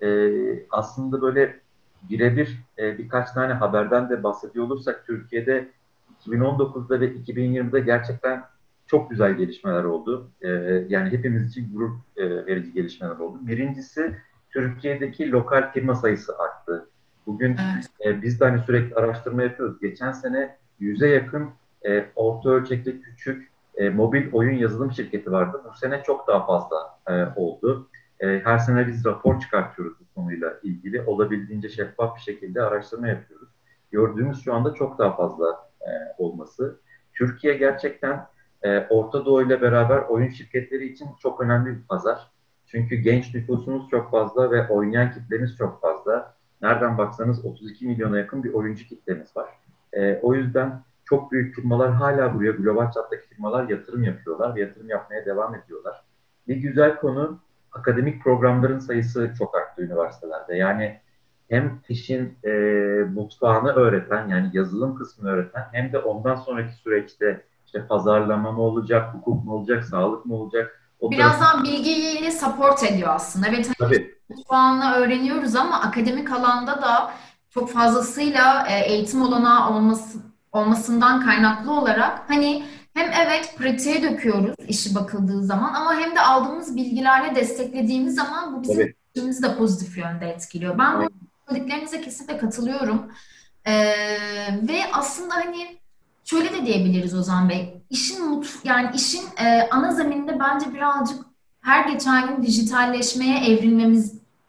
aslında böyle birebir birkaç tane haberden de bahsediyor olursak Türkiye'de 2019'da ve 2020'de gerçekten çok güzel gelişmeler oldu. Yani hepimiz için gurur verici gelişmeler oldu. Birincisi Türkiye'deki lokal firma sayısı arttı. Bugün Evet. biz de hani sürekli araştırma yapıyoruz. Geçen sene 100'e yakın orta ölçekli küçük mobil oyun yazılım şirketi vardı. Bu sene çok daha fazla oldu. Her sene biz rapor çıkartıyoruz bu konuyla ilgili. Olabildiğince şeffaf bir şekilde araştırma yapıyoruz. Gördüğümüz şu anda çok daha fazla olması. Türkiye gerçekten Orta Doğu ile beraber oyun şirketleri için çok önemli bir pazar. Çünkü genç nüfusumuz çok fazla ve oynayan kitlemiz çok fazla. Nereden baksanız 32 milyona yakın bir oyuncu kitlemiz var. O yüzden çok büyük firmalar hala buraya global çaptaki firmalar yatırım yapıyorlar ve yatırım yapmaya devam ediyorlar. Bir güzel konu akademik programların sayısı çok arttı üniversitelerde. Yani hem işin mutfağını öğreten yani yazılım kısmını öğreten hem de ondan sonraki süreçte işte pazarlama mı olacak, hukuk mu olacak, sağlık mı olacak o Biraz tarafı daha bilgiyle support ediyor aslında. Evet, hani tabii şu anda öğreniyoruz ama akademik alanda da çok fazlasıyla eğitim olanağı olmasından kaynaklı olarak hani hem evet pratiğe döküyoruz işi bakıldığı zaman ama hem de aldığımız bilgilerle desteklediğimiz zaman bu bizim tabii. işimizi de pozitif yönde etkiliyor. Ben bu Aynen. söylediklerinize kesinlikle katılıyorum. E, Ve aslında hani şöyle de diyebiliriz Ozan Bey. Yani işin ana zemininde bence birazcık her geçen gün dijitalleşmeye evrilmemiz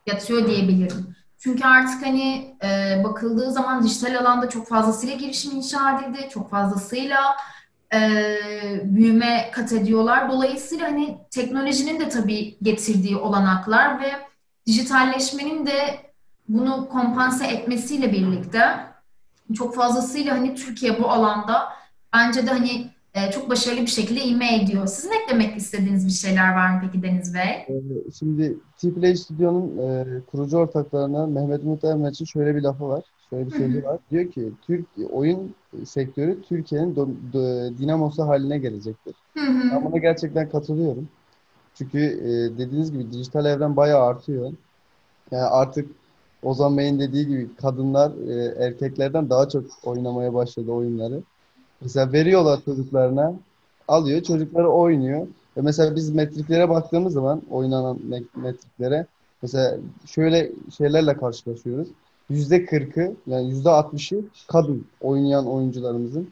yatıyor diyebilirim. Çünkü artık hani bakıldığı zaman dijital alanda çok fazlasıyla girişim inşa edildi, çok fazlasıyla e, büyüme kat ediyorlar. Dolayısıyla hani teknolojinin de tabii getirdiği olanaklar ve dijitalleşmenin de bunu kompanse etmesiyle birlikte çok fazlasıyla hani Türkiye bu alanda bence de hani çok başarılı bir şekilde ivme ediyor. Sizin eklemek istediğiniz bir şeyler var mı peki Deniz Bey? Şimdi T-Play Studio'nun kurucu ortaklarına Mehmet Umut Elmaç'ın şöyle bir lafı var. Şöyle bir Hı hı. sözü var. Diyor ki oyun sektörü Türkiye'nin dinamosu haline gelecektir. Hı hı. Ben buna gerçekten katılıyorum. Çünkü dediğiniz gibi dijital evren bayağı artıyor. Yani artık Ozan Bey'in dediği gibi kadınlar erkeklerden daha çok oynamaya başladı oyunları. Mesela veriyorlar çocuklarına, alıyor, çocukları oynuyor. Ve mesela biz metriklere baktığımız zaman oynanan metriklere mesela şöyle şeylerle karşılaşıyoruz. %40'ı yani %60'ı kadın oynayan oyuncularımızın.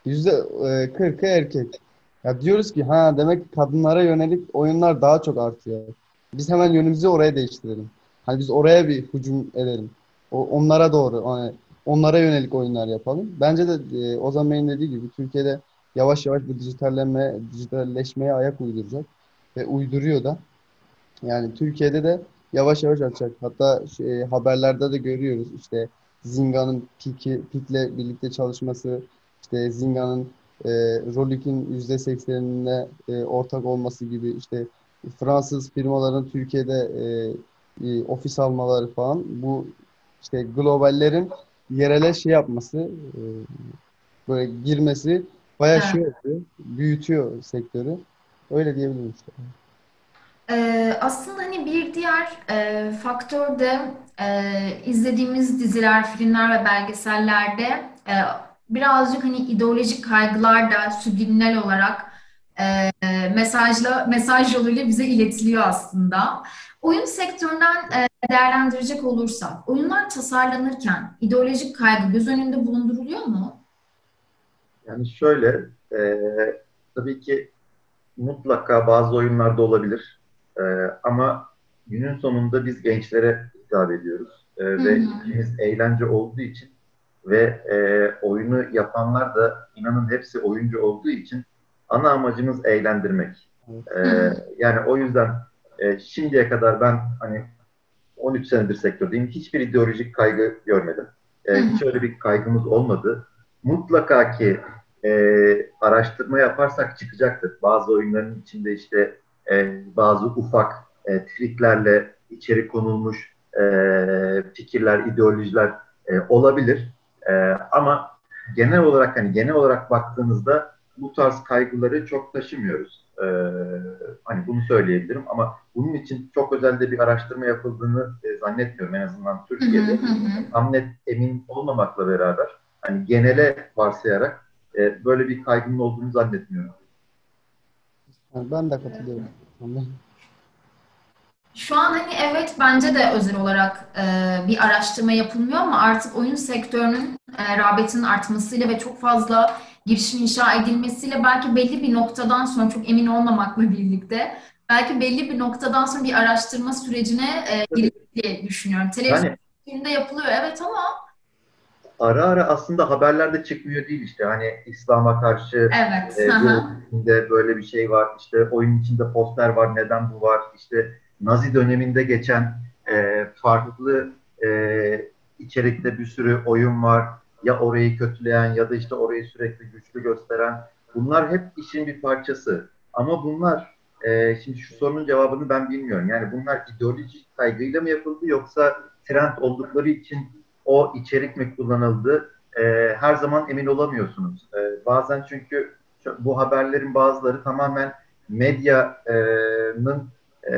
%40'ı erkek. Ya diyoruz ki ha demek ki kadınlara yönelik oyunlar daha çok artıyor. Biz hemen yönümüzü oraya değiştirelim. Hani biz oraya bir hücum edelim. Onlara doğru hani onlara yönelik oyunlar yapalım. Bence de Ozan Bey'in dediği gibi Türkiye'de yavaş yavaş bu dijitalleşmeye ayak uyduracak ve uyduruyor da. Yani Türkiye'de de yavaş yavaş açacak. Hatta haberlerde de görüyoruz işte Zinga'nın Peak'le birlikte çalışması, işte Zinga'nın Rolik'in %80'ine ortak olması gibi işte Fransız firmaların Türkiye'de ofis almaları falan bu işte globallerin yerele şey yapması böyle girmesi bayağı Evet. şey oldu, büyütüyor sektörü. Öyle diyebilirim işte. Aslında hani bir diğer faktör de izlediğimiz diziler, filmler ve belgesellerde birazcık hani ideolojik kaygılar da subliminal olarak mesaj yoluyla bize iletiliyor aslında. Oyun sektöründen değerlendirecek olursak, oyunlar tasarlanırken ideolojik kaygı göz önünde bulunduruluyor mu? Yani şöyle, tabii ki mutlaka bazı oyunlarda olabilir. E, ama günün sonunda biz gençlere hitap ediyoruz. Hı Ve hı. işimiz eğlence olduğu için ve oyunu yapanlar da inanın hepsi oyuncu olduğu için ana amacımız eğlendirmek. Evet. E, Hı hı. yani o yüzden şimdiye kadar ben hani 13 senedir sektördeyim. Hiçbir ideolojik kaygı görmedim. Hı hı. Hiç öyle bir kaygımız olmadı. Mutlaka ki araştırma yaparsak çıkacaktır. Bazı oyunların içinde işte bazı ufak triklerle içeri konulmuş fikirler, ideolojiler olabilir. Ama genel olarak baktığınızda bu tarz kaygıları çok taşımıyoruz. Hani bunu söyleyebilirim ama bunun için çok özel de bir araştırma yapıldığını zannetmiyorum en azından Hı hı. Türkiye'de. Hı hı. Tam net emin olmamakla beraber hani genele varsayarak böyle bir kaygının olduğunu zannetmiyorum. Yani ben de katılıyorum. Şu an hani evet bence de özel olarak bir araştırma yapılmıyor ama artık oyun sektörünün rağbetinin artmasıyla ve çok fazla girişim inşa edilmesiyle belki belli bir noktadan sonra çok emin olmamakla birlikte belki belli bir noktadan sonra bir araştırma sürecine Tabii. girilir diye düşünüyorum. Televizyon Yani filmde yapılıyor evet ama ara ara aslında haberlerde çıkmıyor değil işte hani İslam'a karşı evet. Hı bu hı. oyun içinde böyle bir şey var işte oyun içinde poster var neden bu var işte Nazi döneminde geçen farklı içerikte bir sürü oyun var ya orayı kötüleyen ya da işte orayı sürekli güçlü gösteren bunlar hep işin bir parçası ama bunlar şimdi şu sorunun cevabını ben bilmiyorum yani bunlar ideolojik kaygıyla mı yapıldı yoksa trend oldukları için o içerik mi kullanıldı? Her zaman emin olamıyorsunuz. Bazen çünkü bu haberlerin bazıları tamamen medyanın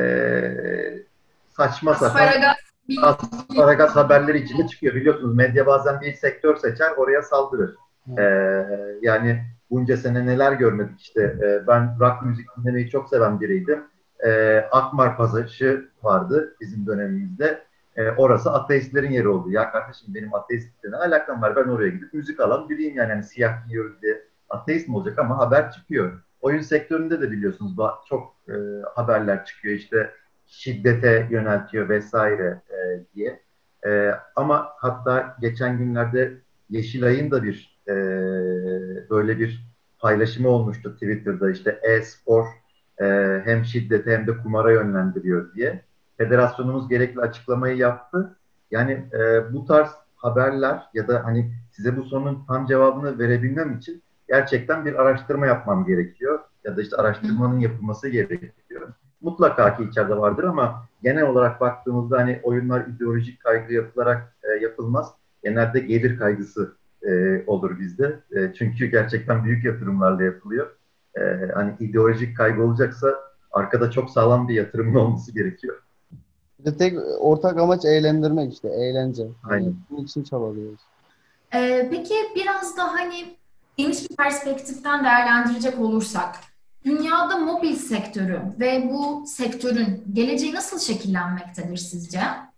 saçma sapan Asparagas bir asparagas haberleri içinde çıkıyor. Biliyorsunuz medya bazen bir sektör seçer, oraya saldırır. Ee, Evet. yani bunca sene neler görmedik işte. Ben rock müzik dinlemeyi çok seven biriydim. Akmar Pasaçı vardı bizim dönemimizde. Orası ateistlerin yeri oldu. Ya kardeşim benim ateistlikle ne alakam var? Ben oraya gidip müzik alan biriyim yani. Hani siyah giyiyoruz diye ateist mi olacak ama haber çıkıyor. Oyun sektöründe de biliyorsunuz çok haberler çıkıyor. İşte şiddete yöneltiyor vesaire diye. Ama hatta geçen günlerde Yeşilay'ın da bir böyle bir paylaşımı olmuştu Twitter'da, işte e-spor hem şiddete hem de kumara yönlendiriyor diye. Federasyonumuz gerekli açıklamayı yaptı. Yani bu tarz haberler ya da hani size bu sorunun tam cevabını verebilmem için gerçekten bir araştırma yapmam gerekiyor. Ya da işte araştırmanın yapılması gerekiyor. Mutlaka ki içeride vardır ama genel olarak baktığımızda hani oyunlar ideolojik kaygı yapılarak yapılmaz. Genelde gelir kaygısı olur bizde. Çünkü gerçekten büyük yatırımlarla yapılıyor. Hani ideolojik kaygı olacaksa arkada çok sağlam bir yatırımın olması gerekiyor. Bir de tek ortak amaç eğlendirmek işte. Eğlence. Hani Aynen. bunun için çabalıyoruz. Peki biraz da hani geniş bir perspektiften değerlendirecek olursak, dünyada mobil sektörü ve bu sektörün geleceği nasıl şekillenmektedir sizce?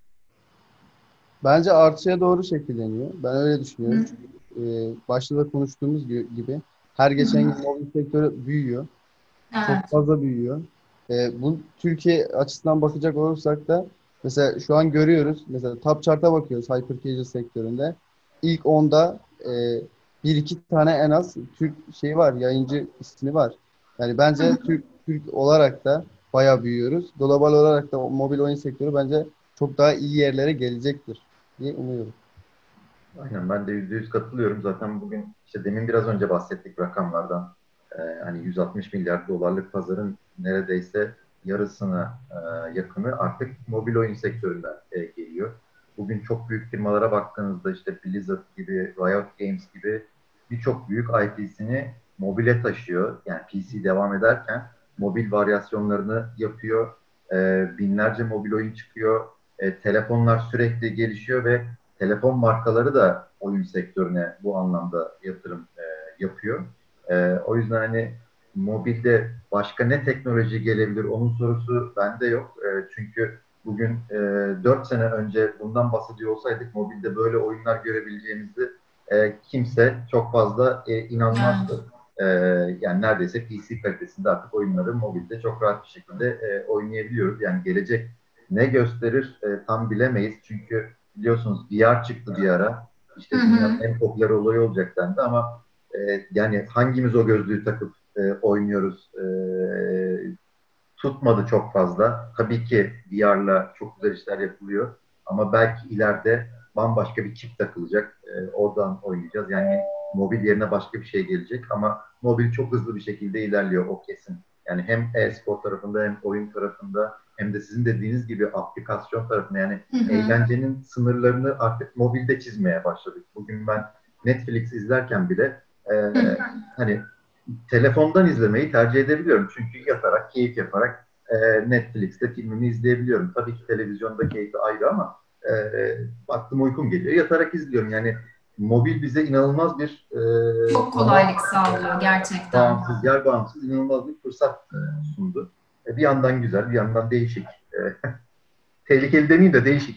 Bence artıya doğru şekilleniyor. Ben öyle Hı düşünüyorum. Çünkü başta da konuştuğumuz gibi her hı. geçen gün mobil sektörü büyüyor. Çok Evet. fazla büyüyor. Bu Türkiye açısından bakacak olursak da mesela şu an görüyoruz. Mesela Top Chart'a bakıyoruz hyper casual sektöründe. İlk onda bir iki tane en az Türk şey var, yayıncı ismi var. Yani Hı bence hı. Türk olarak da bayağı büyüyoruz. Global olarak da o mobil oyun sektörü bence çok daha iyi yerlere gelecektir diye umuyorum. Aynen, ben de %100 katılıyorum. Zaten bugün işte demin biraz önce bahsettik rakamlardan. Hani 160 milyar dolarlık pazarın neredeyse yarısına yakını artık mobil oyun sektöründen geliyor. Bugün çok büyük firmalara baktığınızda işte Blizzard gibi, Riot Games gibi birçok büyük IP'sini mobile taşıyor. Yani PC devam ederken mobil varyasyonlarını yapıyor. Binlerce mobil oyun çıkıyor. Telefonlar sürekli gelişiyor ve telefon markaları da oyun sektörüne bu anlamda yatırım yapıyor. O yüzden hani mobilde başka ne teknoloji gelebilir onun sorusu bende yok. Çünkü bugün 4 sene önce bundan bahsediyor olsaydık mobilde böyle oyunlar görebileceğimizi kimse çok fazla Evet. inanmazdı. E, Yani neredeyse PC kalitesinde artık oyunları mobilde çok rahat bir şekilde oynayabiliyoruz. Yani gelecek ne gösterir tam bilemeyiz. Çünkü biliyorsunuz VR çıktı bir ara. Hı İşte dünyanın hı. en popüler olayı olacak dendi ama yani hangimiz o gözlüğü takıp oynuyoruz? Tutmadı çok fazla. Tabii ki VR'la çok güzel işler yapılıyor ama belki ileride bambaşka bir çip takılacak. Oradan oynayacağız. Yani mobil yerine başka bir şey gelecek ama mobil çok hızlı bir şekilde ilerliyor, o kesin. Yani hem e-spor tarafında hem oyun tarafında hem de sizin dediğiniz gibi aplikasyon tarafında, yani Hı hı. eğlencenin sınırlarını artık mobilde çizmeye başladık. Bugün ben Netflix izlerken bile Hı hı. hani telefondan izlemeyi tercih edebiliyorum. Çünkü yatarak, keyif yaparak Netflix'te filmimi izleyebiliyorum. Tabii ki televizyonda keyfi ayrı ama baktım uykum geliyor. Yatarak izliyorum. Yani mobil bize inanılmaz bir Çok zaman kolaylık sağlıyor gerçekten. bağımsız, yer bağımsız inanılmaz bir fırsat sundu. Bir yandan güzel, bir yandan değişik. Tehlikeli demeyeyim de değişik.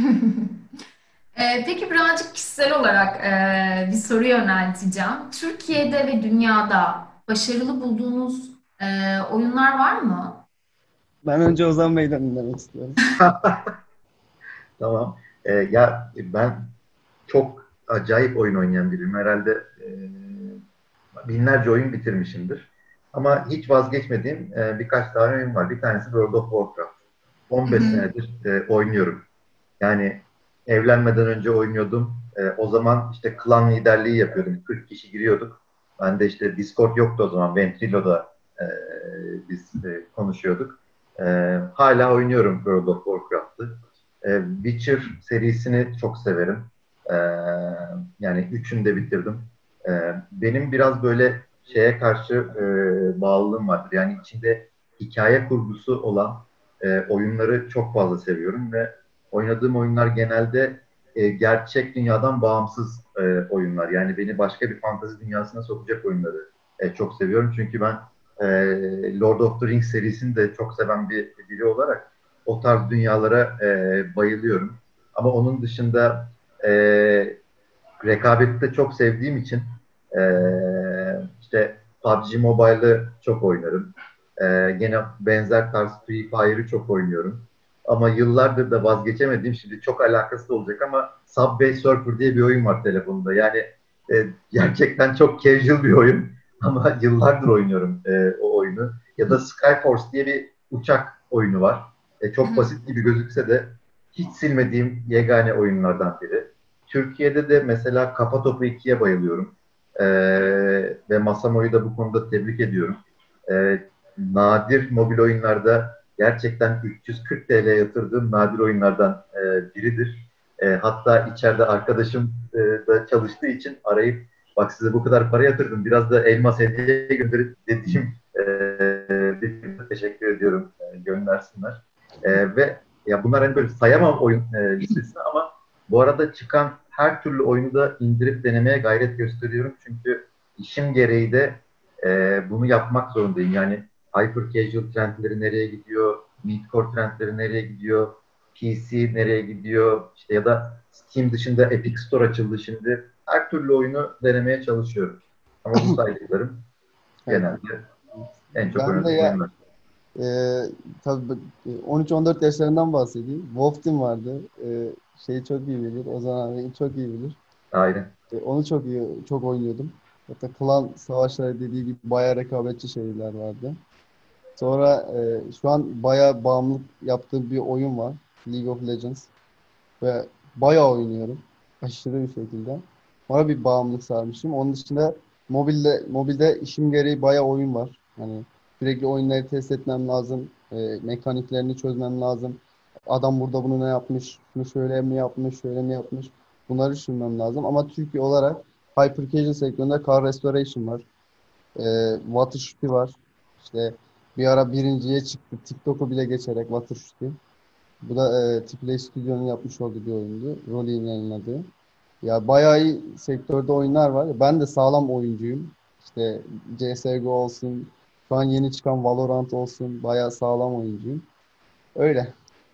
Peki birazcık kişisel olarak bir soru yönelteceğim. Türkiye'de ve dünyada başarılı bulduğunuz oyunlar var mı? Ben önce Ozan Bey'den dinlemek istiyorum. Tamam. Ya ben çok acayip oyun oynayan biriyim. Herhalde binlerce oyun bitirmişimdir. Ama hiç vazgeçmediğim birkaç tane oyun var. Bir tanesi World of Warcraft. Hı 15 hı. senedir oynuyorum. Yani evlenmeden önce oynuyordum. O zaman işte klan liderliği yapıyordum. 40 kişi giriyorduk. Ben de işte Discord yoktu o zaman. Ventrilo'da e, biz konuşuyorduk. Hala oynuyorum World of Warcraft'ı. Witcher serisini çok severim. E, Yani üçünü de bitirdim. Benim biraz böyle şeye karşı bağlılığım vardır. Yani içinde hikaye kurgusu olan oyunları çok fazla seviyorum ve oynadığım oyunlar genelde gerçek dünyadan bağımsız oyunlar. Yani beni başka bir fantezi dünyasına sokacak oyunları çok seviyorum. Çünkü ben Lord of the Rings serisini de çok seven biri olarak o tarz dünyalara bayılıyorum. Ama onun dışında rekabeti de çok sevdiğim için işte PUBG Mobile'ı çok oynarım. Gene benzer tarz Free Fire'ı çok oynuyorum. Ama yıllardır da vazgeçemediğim, şimdi çok alakası olacak ama Subway Surfer diye bir oyun var telefonda. Yani gerçekten çok casual bir oyun ama yıllardır oynuyorum o oyunu. Ya da Skyforce diye bir uçak oyunu var. Çok basit gibi gözükse de hiç silmediğim yegane oyunlardan biri. Türkiye'de de mesela Kafa Topu 2'ye bayılıyorum. Ve Masamo'yu da bu konuda tebrik ediyorum. Nadir mobil oyunlarda gerçekten 340 TL yatırdığım nadir oyunlardan biridir. Hatta içeride arkadaşım da çalıştığı için arayıp bak size bu kadar para yatırdım biraz da elmas hediye gönderin dediğim bir teşekkür ediyorum göndersinler. Ve ya bunlar hani böyle sayamam oyun listesini ama bu arada çıkan her türlü oyunu da indirip denemeye gayret gösteriyorum. Çünkü işim gereği de bunu yapmak zorundayım. Yani hyper casual trendleri nereye gidiyor, midcore trendleri nereye gidiyor, PC nereye gidiyor, işte ya da Steam dışında Epic Store açıldı şimdi. Her türlü oyunu denemeye çalışıyorum. Ama bu saydıklarım Evet. genelde en çok Ben de oynadığım ya oyunlar. tabii 13-14 yaşlarından bahsedeyim. Wolf Team vardı. Şeyi çok iyi bilir. Ozan abi çok iyi bilir. Aynen. Onu çok oynuyordum. Hatta klan savaşları dediği gibi bayağı rekabetçi şeyler vardı. Sonra şu an bayağı bağımlılık yaptığım bir oyun var. League of Legends. Ve bayağı oynuyorum. Aşırı bir şekilde. Ona bir bağımlılık sarmışım. Onun dışında mobilde işim gereği bayağı oyun var. Hani sürekli oyunları test etmem lazım. Mekaniklerini çözmem lazım. Adam burada bunu ne yapmış? Şunu şöyle mi yapmış? Şöyle mi yapmış? Bunları düşünmem lazım. Ama Türkiye olarak Hyper Casual sektöründe Car Restoration var. Water Shooty var. İşte bir ara birinciye çıktı. TikTok'u bile geçerek Water Shooty. Bu da Play Studio'nun yapmış olduğu bir oyundu. Rolling yayınladığı. Ya bayağı iyi sektörde oyunlar var. Ben de sağlam oyuncuyum. İşte CSGO olsun, şu an yeni çıkan Valorant olsun, bayağı sağlam oyuncuyum. Öyle.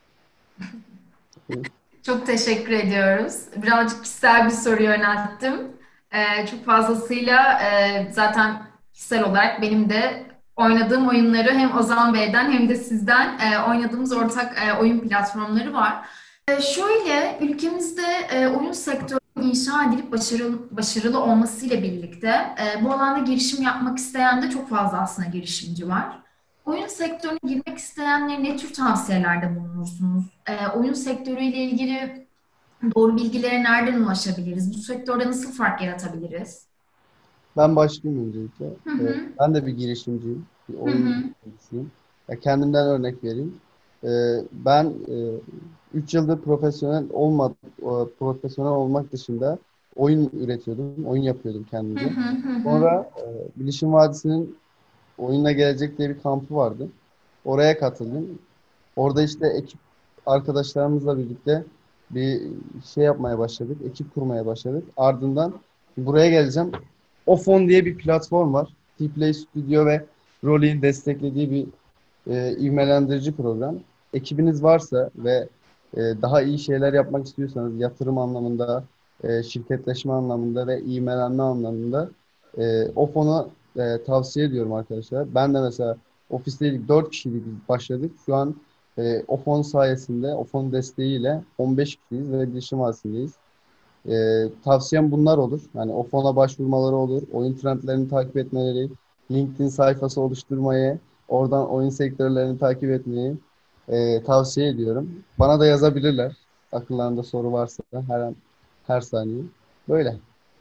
Çok teşekkür ediyoruz. Birazcık kişisel bir soru yönelttim. Çok fazlasıyla zaten kişisel olarak benim de oynadığım oyunları hem Ozan Bey'den hem de sizden oynadığımız ortak oyun platformları var. Şöyle, ülkemizde oyun sektörü inşa edilip başarılı olmasıyla birlikte bu alanda girişim yapmak isteyen de çok fazla aslında girişimci var. Oyun sektörüne girmek isteyenlere ne tür tavsiyelerde bulunursunuz? Oyun sektörüyle ilgili doğru bilgilere nereden ulaşabiliriz? Bu sektörde nasıl fark yaratabiliriz? Ben başlayayım öncelikle. Hı hı, Ben de bir girişimciyim. Bir hı oyun hı, girişimcisiyim. Ya kendimden örnek vereyim. Ben 3 yıldır profesyonel olmak dışında oyun üretiyordum. Oyun yapıyordum hı kendimce. hı, hı hı. Sonra Bilişim Vadisi'nin Oyunla Gelecek diye bir kampı vardı. Oraya katıldım. Orada işte ekip arkadaşlarımızla birlikte bir şey yapmaya başladık. Ekip kurmaya başladık. Ardından buraya geleceğim. Ofon diye bir platform var. T-Play Studio ve Rolly'in desteklediği bir ivmelendirici program. Ekibiniz varsa ve daha iyi şeyler yapmak istiyorsanız yatırım anlamında, şirketleşme anlamında ve ivmelenme anlamında Ofon'u tavsiye ediyorum arkadaşlar. Ben de mesela ofisteydik 4 kişiydik biz başladık. Şu an Ofon sayesinde, Ofon desteğiyle 15 kişiyiz ve bilişim hazindeyiz. Tavsiyem bunlar olur. Yani o fona başvurmaları olur. Oyun trendlerini takip etmeleri, LinkedIn sayfası oluşturmayı, oradan oyun sektörlerini takip etmeyi tavsiye ediyorum. Bana da yazabilirler. Akıllarında soru varsa her an, her saniye. Böyle.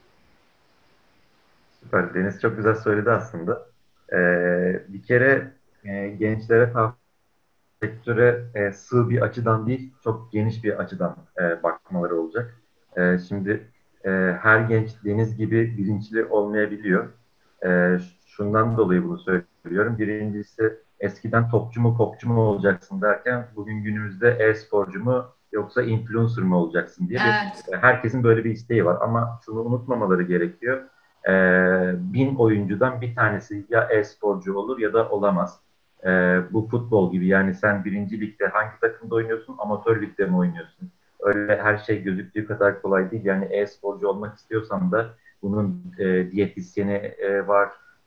Süper. Deniz çok güzel söyledi aslında. Bir kere gençlere sektöre sığ bir açıdan değil, çok geniş bir açıdan bakmaları olacak. Şimdi her genç Deniz gibi bilinçli olmayabiliyor. Şundan dolayı bunu söylüyorum. Birincisi eskiden topçu mu popçu mu olacaksın derken bugün günümüzde e-sporcu mu yoksa influencer mı olacaksın diye Evet. herkesin böyle bir isteği var. Ama şunu unutmamaları gerekiyor. 1000 oyuncudan bir tanesi ya e-sporcu olur ya da olamaz. Bu futbol gibi yani sen birinci ligde hangi takımda oynuyorsun, amatör ligde mi oynuyorsun? Öyle her şey gözüktüğü kadar kolay değil. Yani e-sporcu olmak istiyorsan da bunun diyetisyeni var,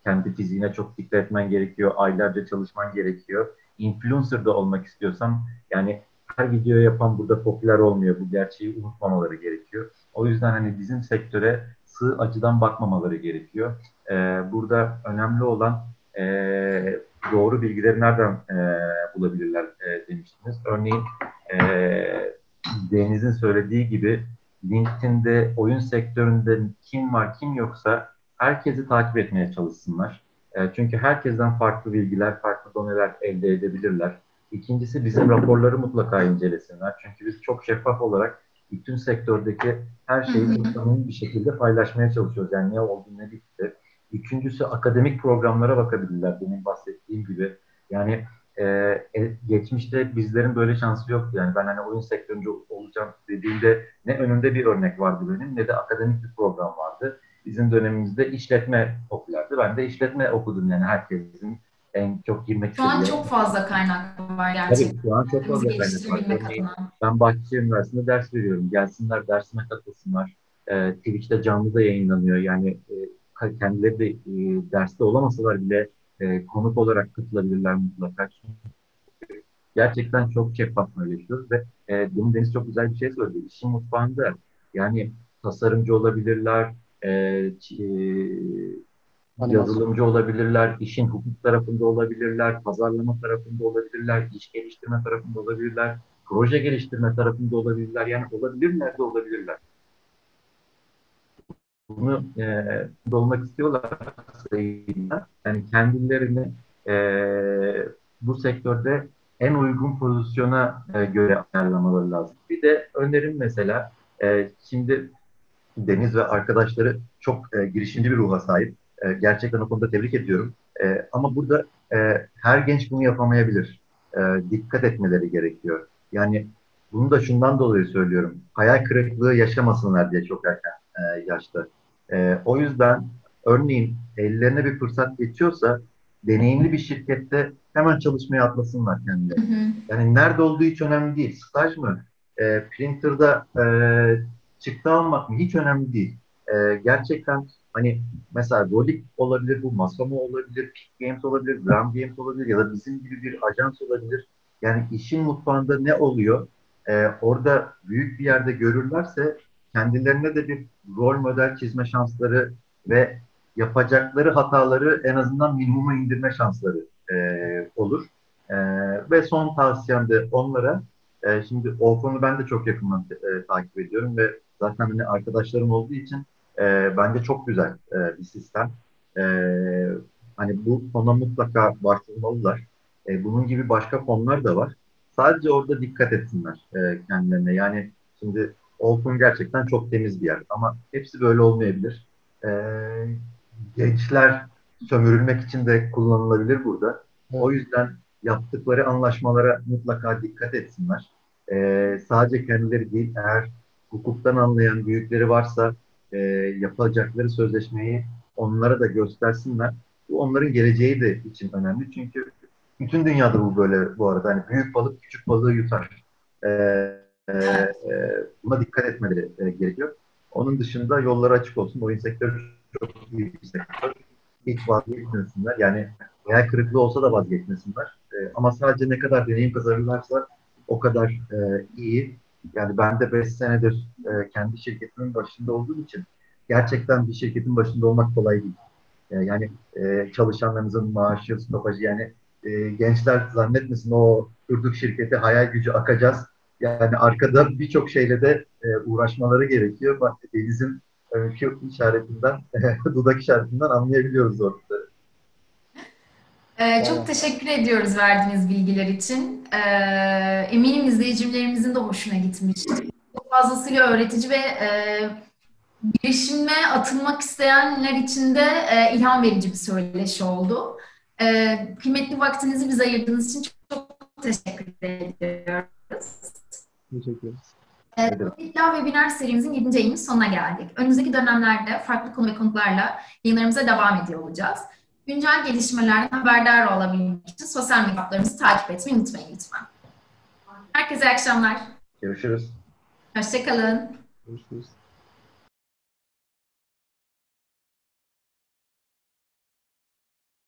kendi fiziğine çok dikkat etmen gerekiyor. Aylarca çalışman gerekiyor. Influencer da olmak istiyorsan yani her video yapan burada popüler olmuyor. Bu gerçeği unutmamaları gerekiyor. O yüzden hani bizim sektöre sığ açıdan bakmamaları gerekiyor. Burada önemli olan doğru bilgileri nereden bulabilirler demiştiniz. Örneğin Deniz'in söylediği gibi LinkedIn'de oyun sektöründe kim var kim yoksa herkesi takip etmeye çalışsınlar. Çünkü herkesten farklı bilgiler, farklı doneler elde edebilirler. İkincisi bizim raporları mutlaka incelesinler. Çünkü biz çok şeffaf olarak bütün sektördeki her şeyi bir şekilde paylaşmaya çalışıyoruz. Yani ne oldu, ne bitti. Üçüncüsü akademik programlara bakabilirler benim bahsettiğim gibi. Yani geçmişte bizlerin böyle şansı yoktu. Yani ben hani oyun sektöründe olacağım dediğimde ne önümde bir örnek vardı benim ne de akademik bir program vardı. Bizim dönemimizde işletme popülerdi. Ben de işletme okudum yani herkesin en çok girmek Şu an istediği. çok fazla kaynak var Tabii gerçekten. şu an çok Kendimizi fazla kaynak var. geliştirebilmek Örneğin adına. ben Bahçeşehir Üniversitesi'nde ders veriyorum. Gelsinler dersime katılsınlar. Twitch'te canlı da yayınlanıyor. Yani kendileri de derste olamasalar bile konuk olarak katılabilirler mutlaka. Gerçekten çok şeffaf paylaşıyoruz ve demin Deniz çok güzel bir şey söyledi. İşin mutfağında yani tasarımcı olabilirler, e, Animasyon. yazılımcı olabilirler, işin hukuk tarafında olabilirler, pazarlama tarafında olabilirler, iş geliştirme tarafında olabilirler, proje geliştirme tarafında olabilirler. Yani olabilirler de olabilirler. Bunu olmak istiyorlarsa yani kendilerini e, bu sektörde en uygun pozisyona göre ayarlamaları lazım. Bir de önerim mesela şimdi Deniz ve arkadaşları çok girişimci bir ruha sahip. Gerçekten o konuda tebrik ediyorum. Ama burada her genç bunu yapamayabilir. Dikkat etmeleri gerekiyor. Yani bunu da şundan dolayı söylüyorum. Hayal kırıklığı yaşamasınlar diye çok erken yaşta. O yüzden örneğin ellerine bir fırsat geçiyorsa deneyimli bir şirkette hemen çalışmaya atlasınlar kendileri. Yani nerede olduğu hiç önemli değil. Staj mı? Printer'da çıktı almak mı? Hiç önemli değil. Gerçekten hani mesela Rolik olabilir, bu Masamo olabilir, Peak Games olabilir, Gram Games olabilir ya da bizim gibi bir ajans olabilir. Yani işin mutfağında ne oluyor? Orada büyük bir yerde görürlerse kendilerine de bir rol model çizme şansları ve yapacakları hataları en azından minimuma indirme şansları olur. E, Ve son tavsiyem de onlara şimdi Orkun'u ben de çok yakından takip ediyorum ve zaten hani arkadaşlarım olduğu için bence çok güzel bir sistem. E, Hani bu fona mutlaka başvurmalılar. Bunun gibi başka fonlar da var. Sadece orada dikkat etsinler kendilerine. Yani şimdi Orkun gerçekten çok temiz bir yer ama hepsi böyle olmayabilir. E, Gençler sömürülmek için de kullanılabilir burada. O Evet. yüzden yaptıkları anlaşmalara mutlaka dikkat etsinler. Sadece kendileri değil, eğer hukuktan anlayan büyükleri varsa e, yapacakları sözleşmeyi onlara da göstersinler. Bu onların geleceği de için önemli. Çünkü bütün dünyada bu böyle bu arada. Hani büyük balık küçük balığı yutar. E, e, Evet. Buna dikkat etmeleri gerekiyor. Onun dışında yolları açık olsun. Oyun sektörü çok iyi bir sektör. Hiç vazgeçmesinler. Yani hayal kırıklığı olsa da vazgeçmesinler. Ama sadece ne kadar deneyim kazanırlarsa o kadar iyi. Yani ben de 5 senedir kendi şirketimin başında olduğum için gerçekten bir şirketin başında olmak kolay değil. Yani çalışanlarımızın maaşı, stopajı yani gençler zannetmesin o kurduk şirketi hayal gücü akacağız. Yani arkada birçok şeyle de uğraşmaları gerekiyor. Bak Deniz'in öykü işaretinden, dudak işaretinden anlayabiliyoruz orada. Çok Aynen. teşekkür ediyoruz verdiğiniz bilgiler için. Eminim izleyicilerimizin de hoşuna gitmiştir. Çok fazlasıyla öğretici ve girişime atılmak isteyenler için de ilham verici bir söyleşi oldu. Kıymetli vaktinizi bize ayırdığınız için çok teşekkür ediyoruz. Teşekkür ederiz. Kodikla Webinar serimizin 7. ayının sonuna geldik. Önümüzdeki dönemlerde farklı konu ve konuklarla yayınlarımıza devam ediyor olacağız. Güncel gelişmelerden haberdar olabilmek için sosyal medya hesaplarımızı takip etmeyi unutmayın lütfen. Herkese iyi akşamlar. Görüşürüz. Hoşça kalın. Görüşürüz.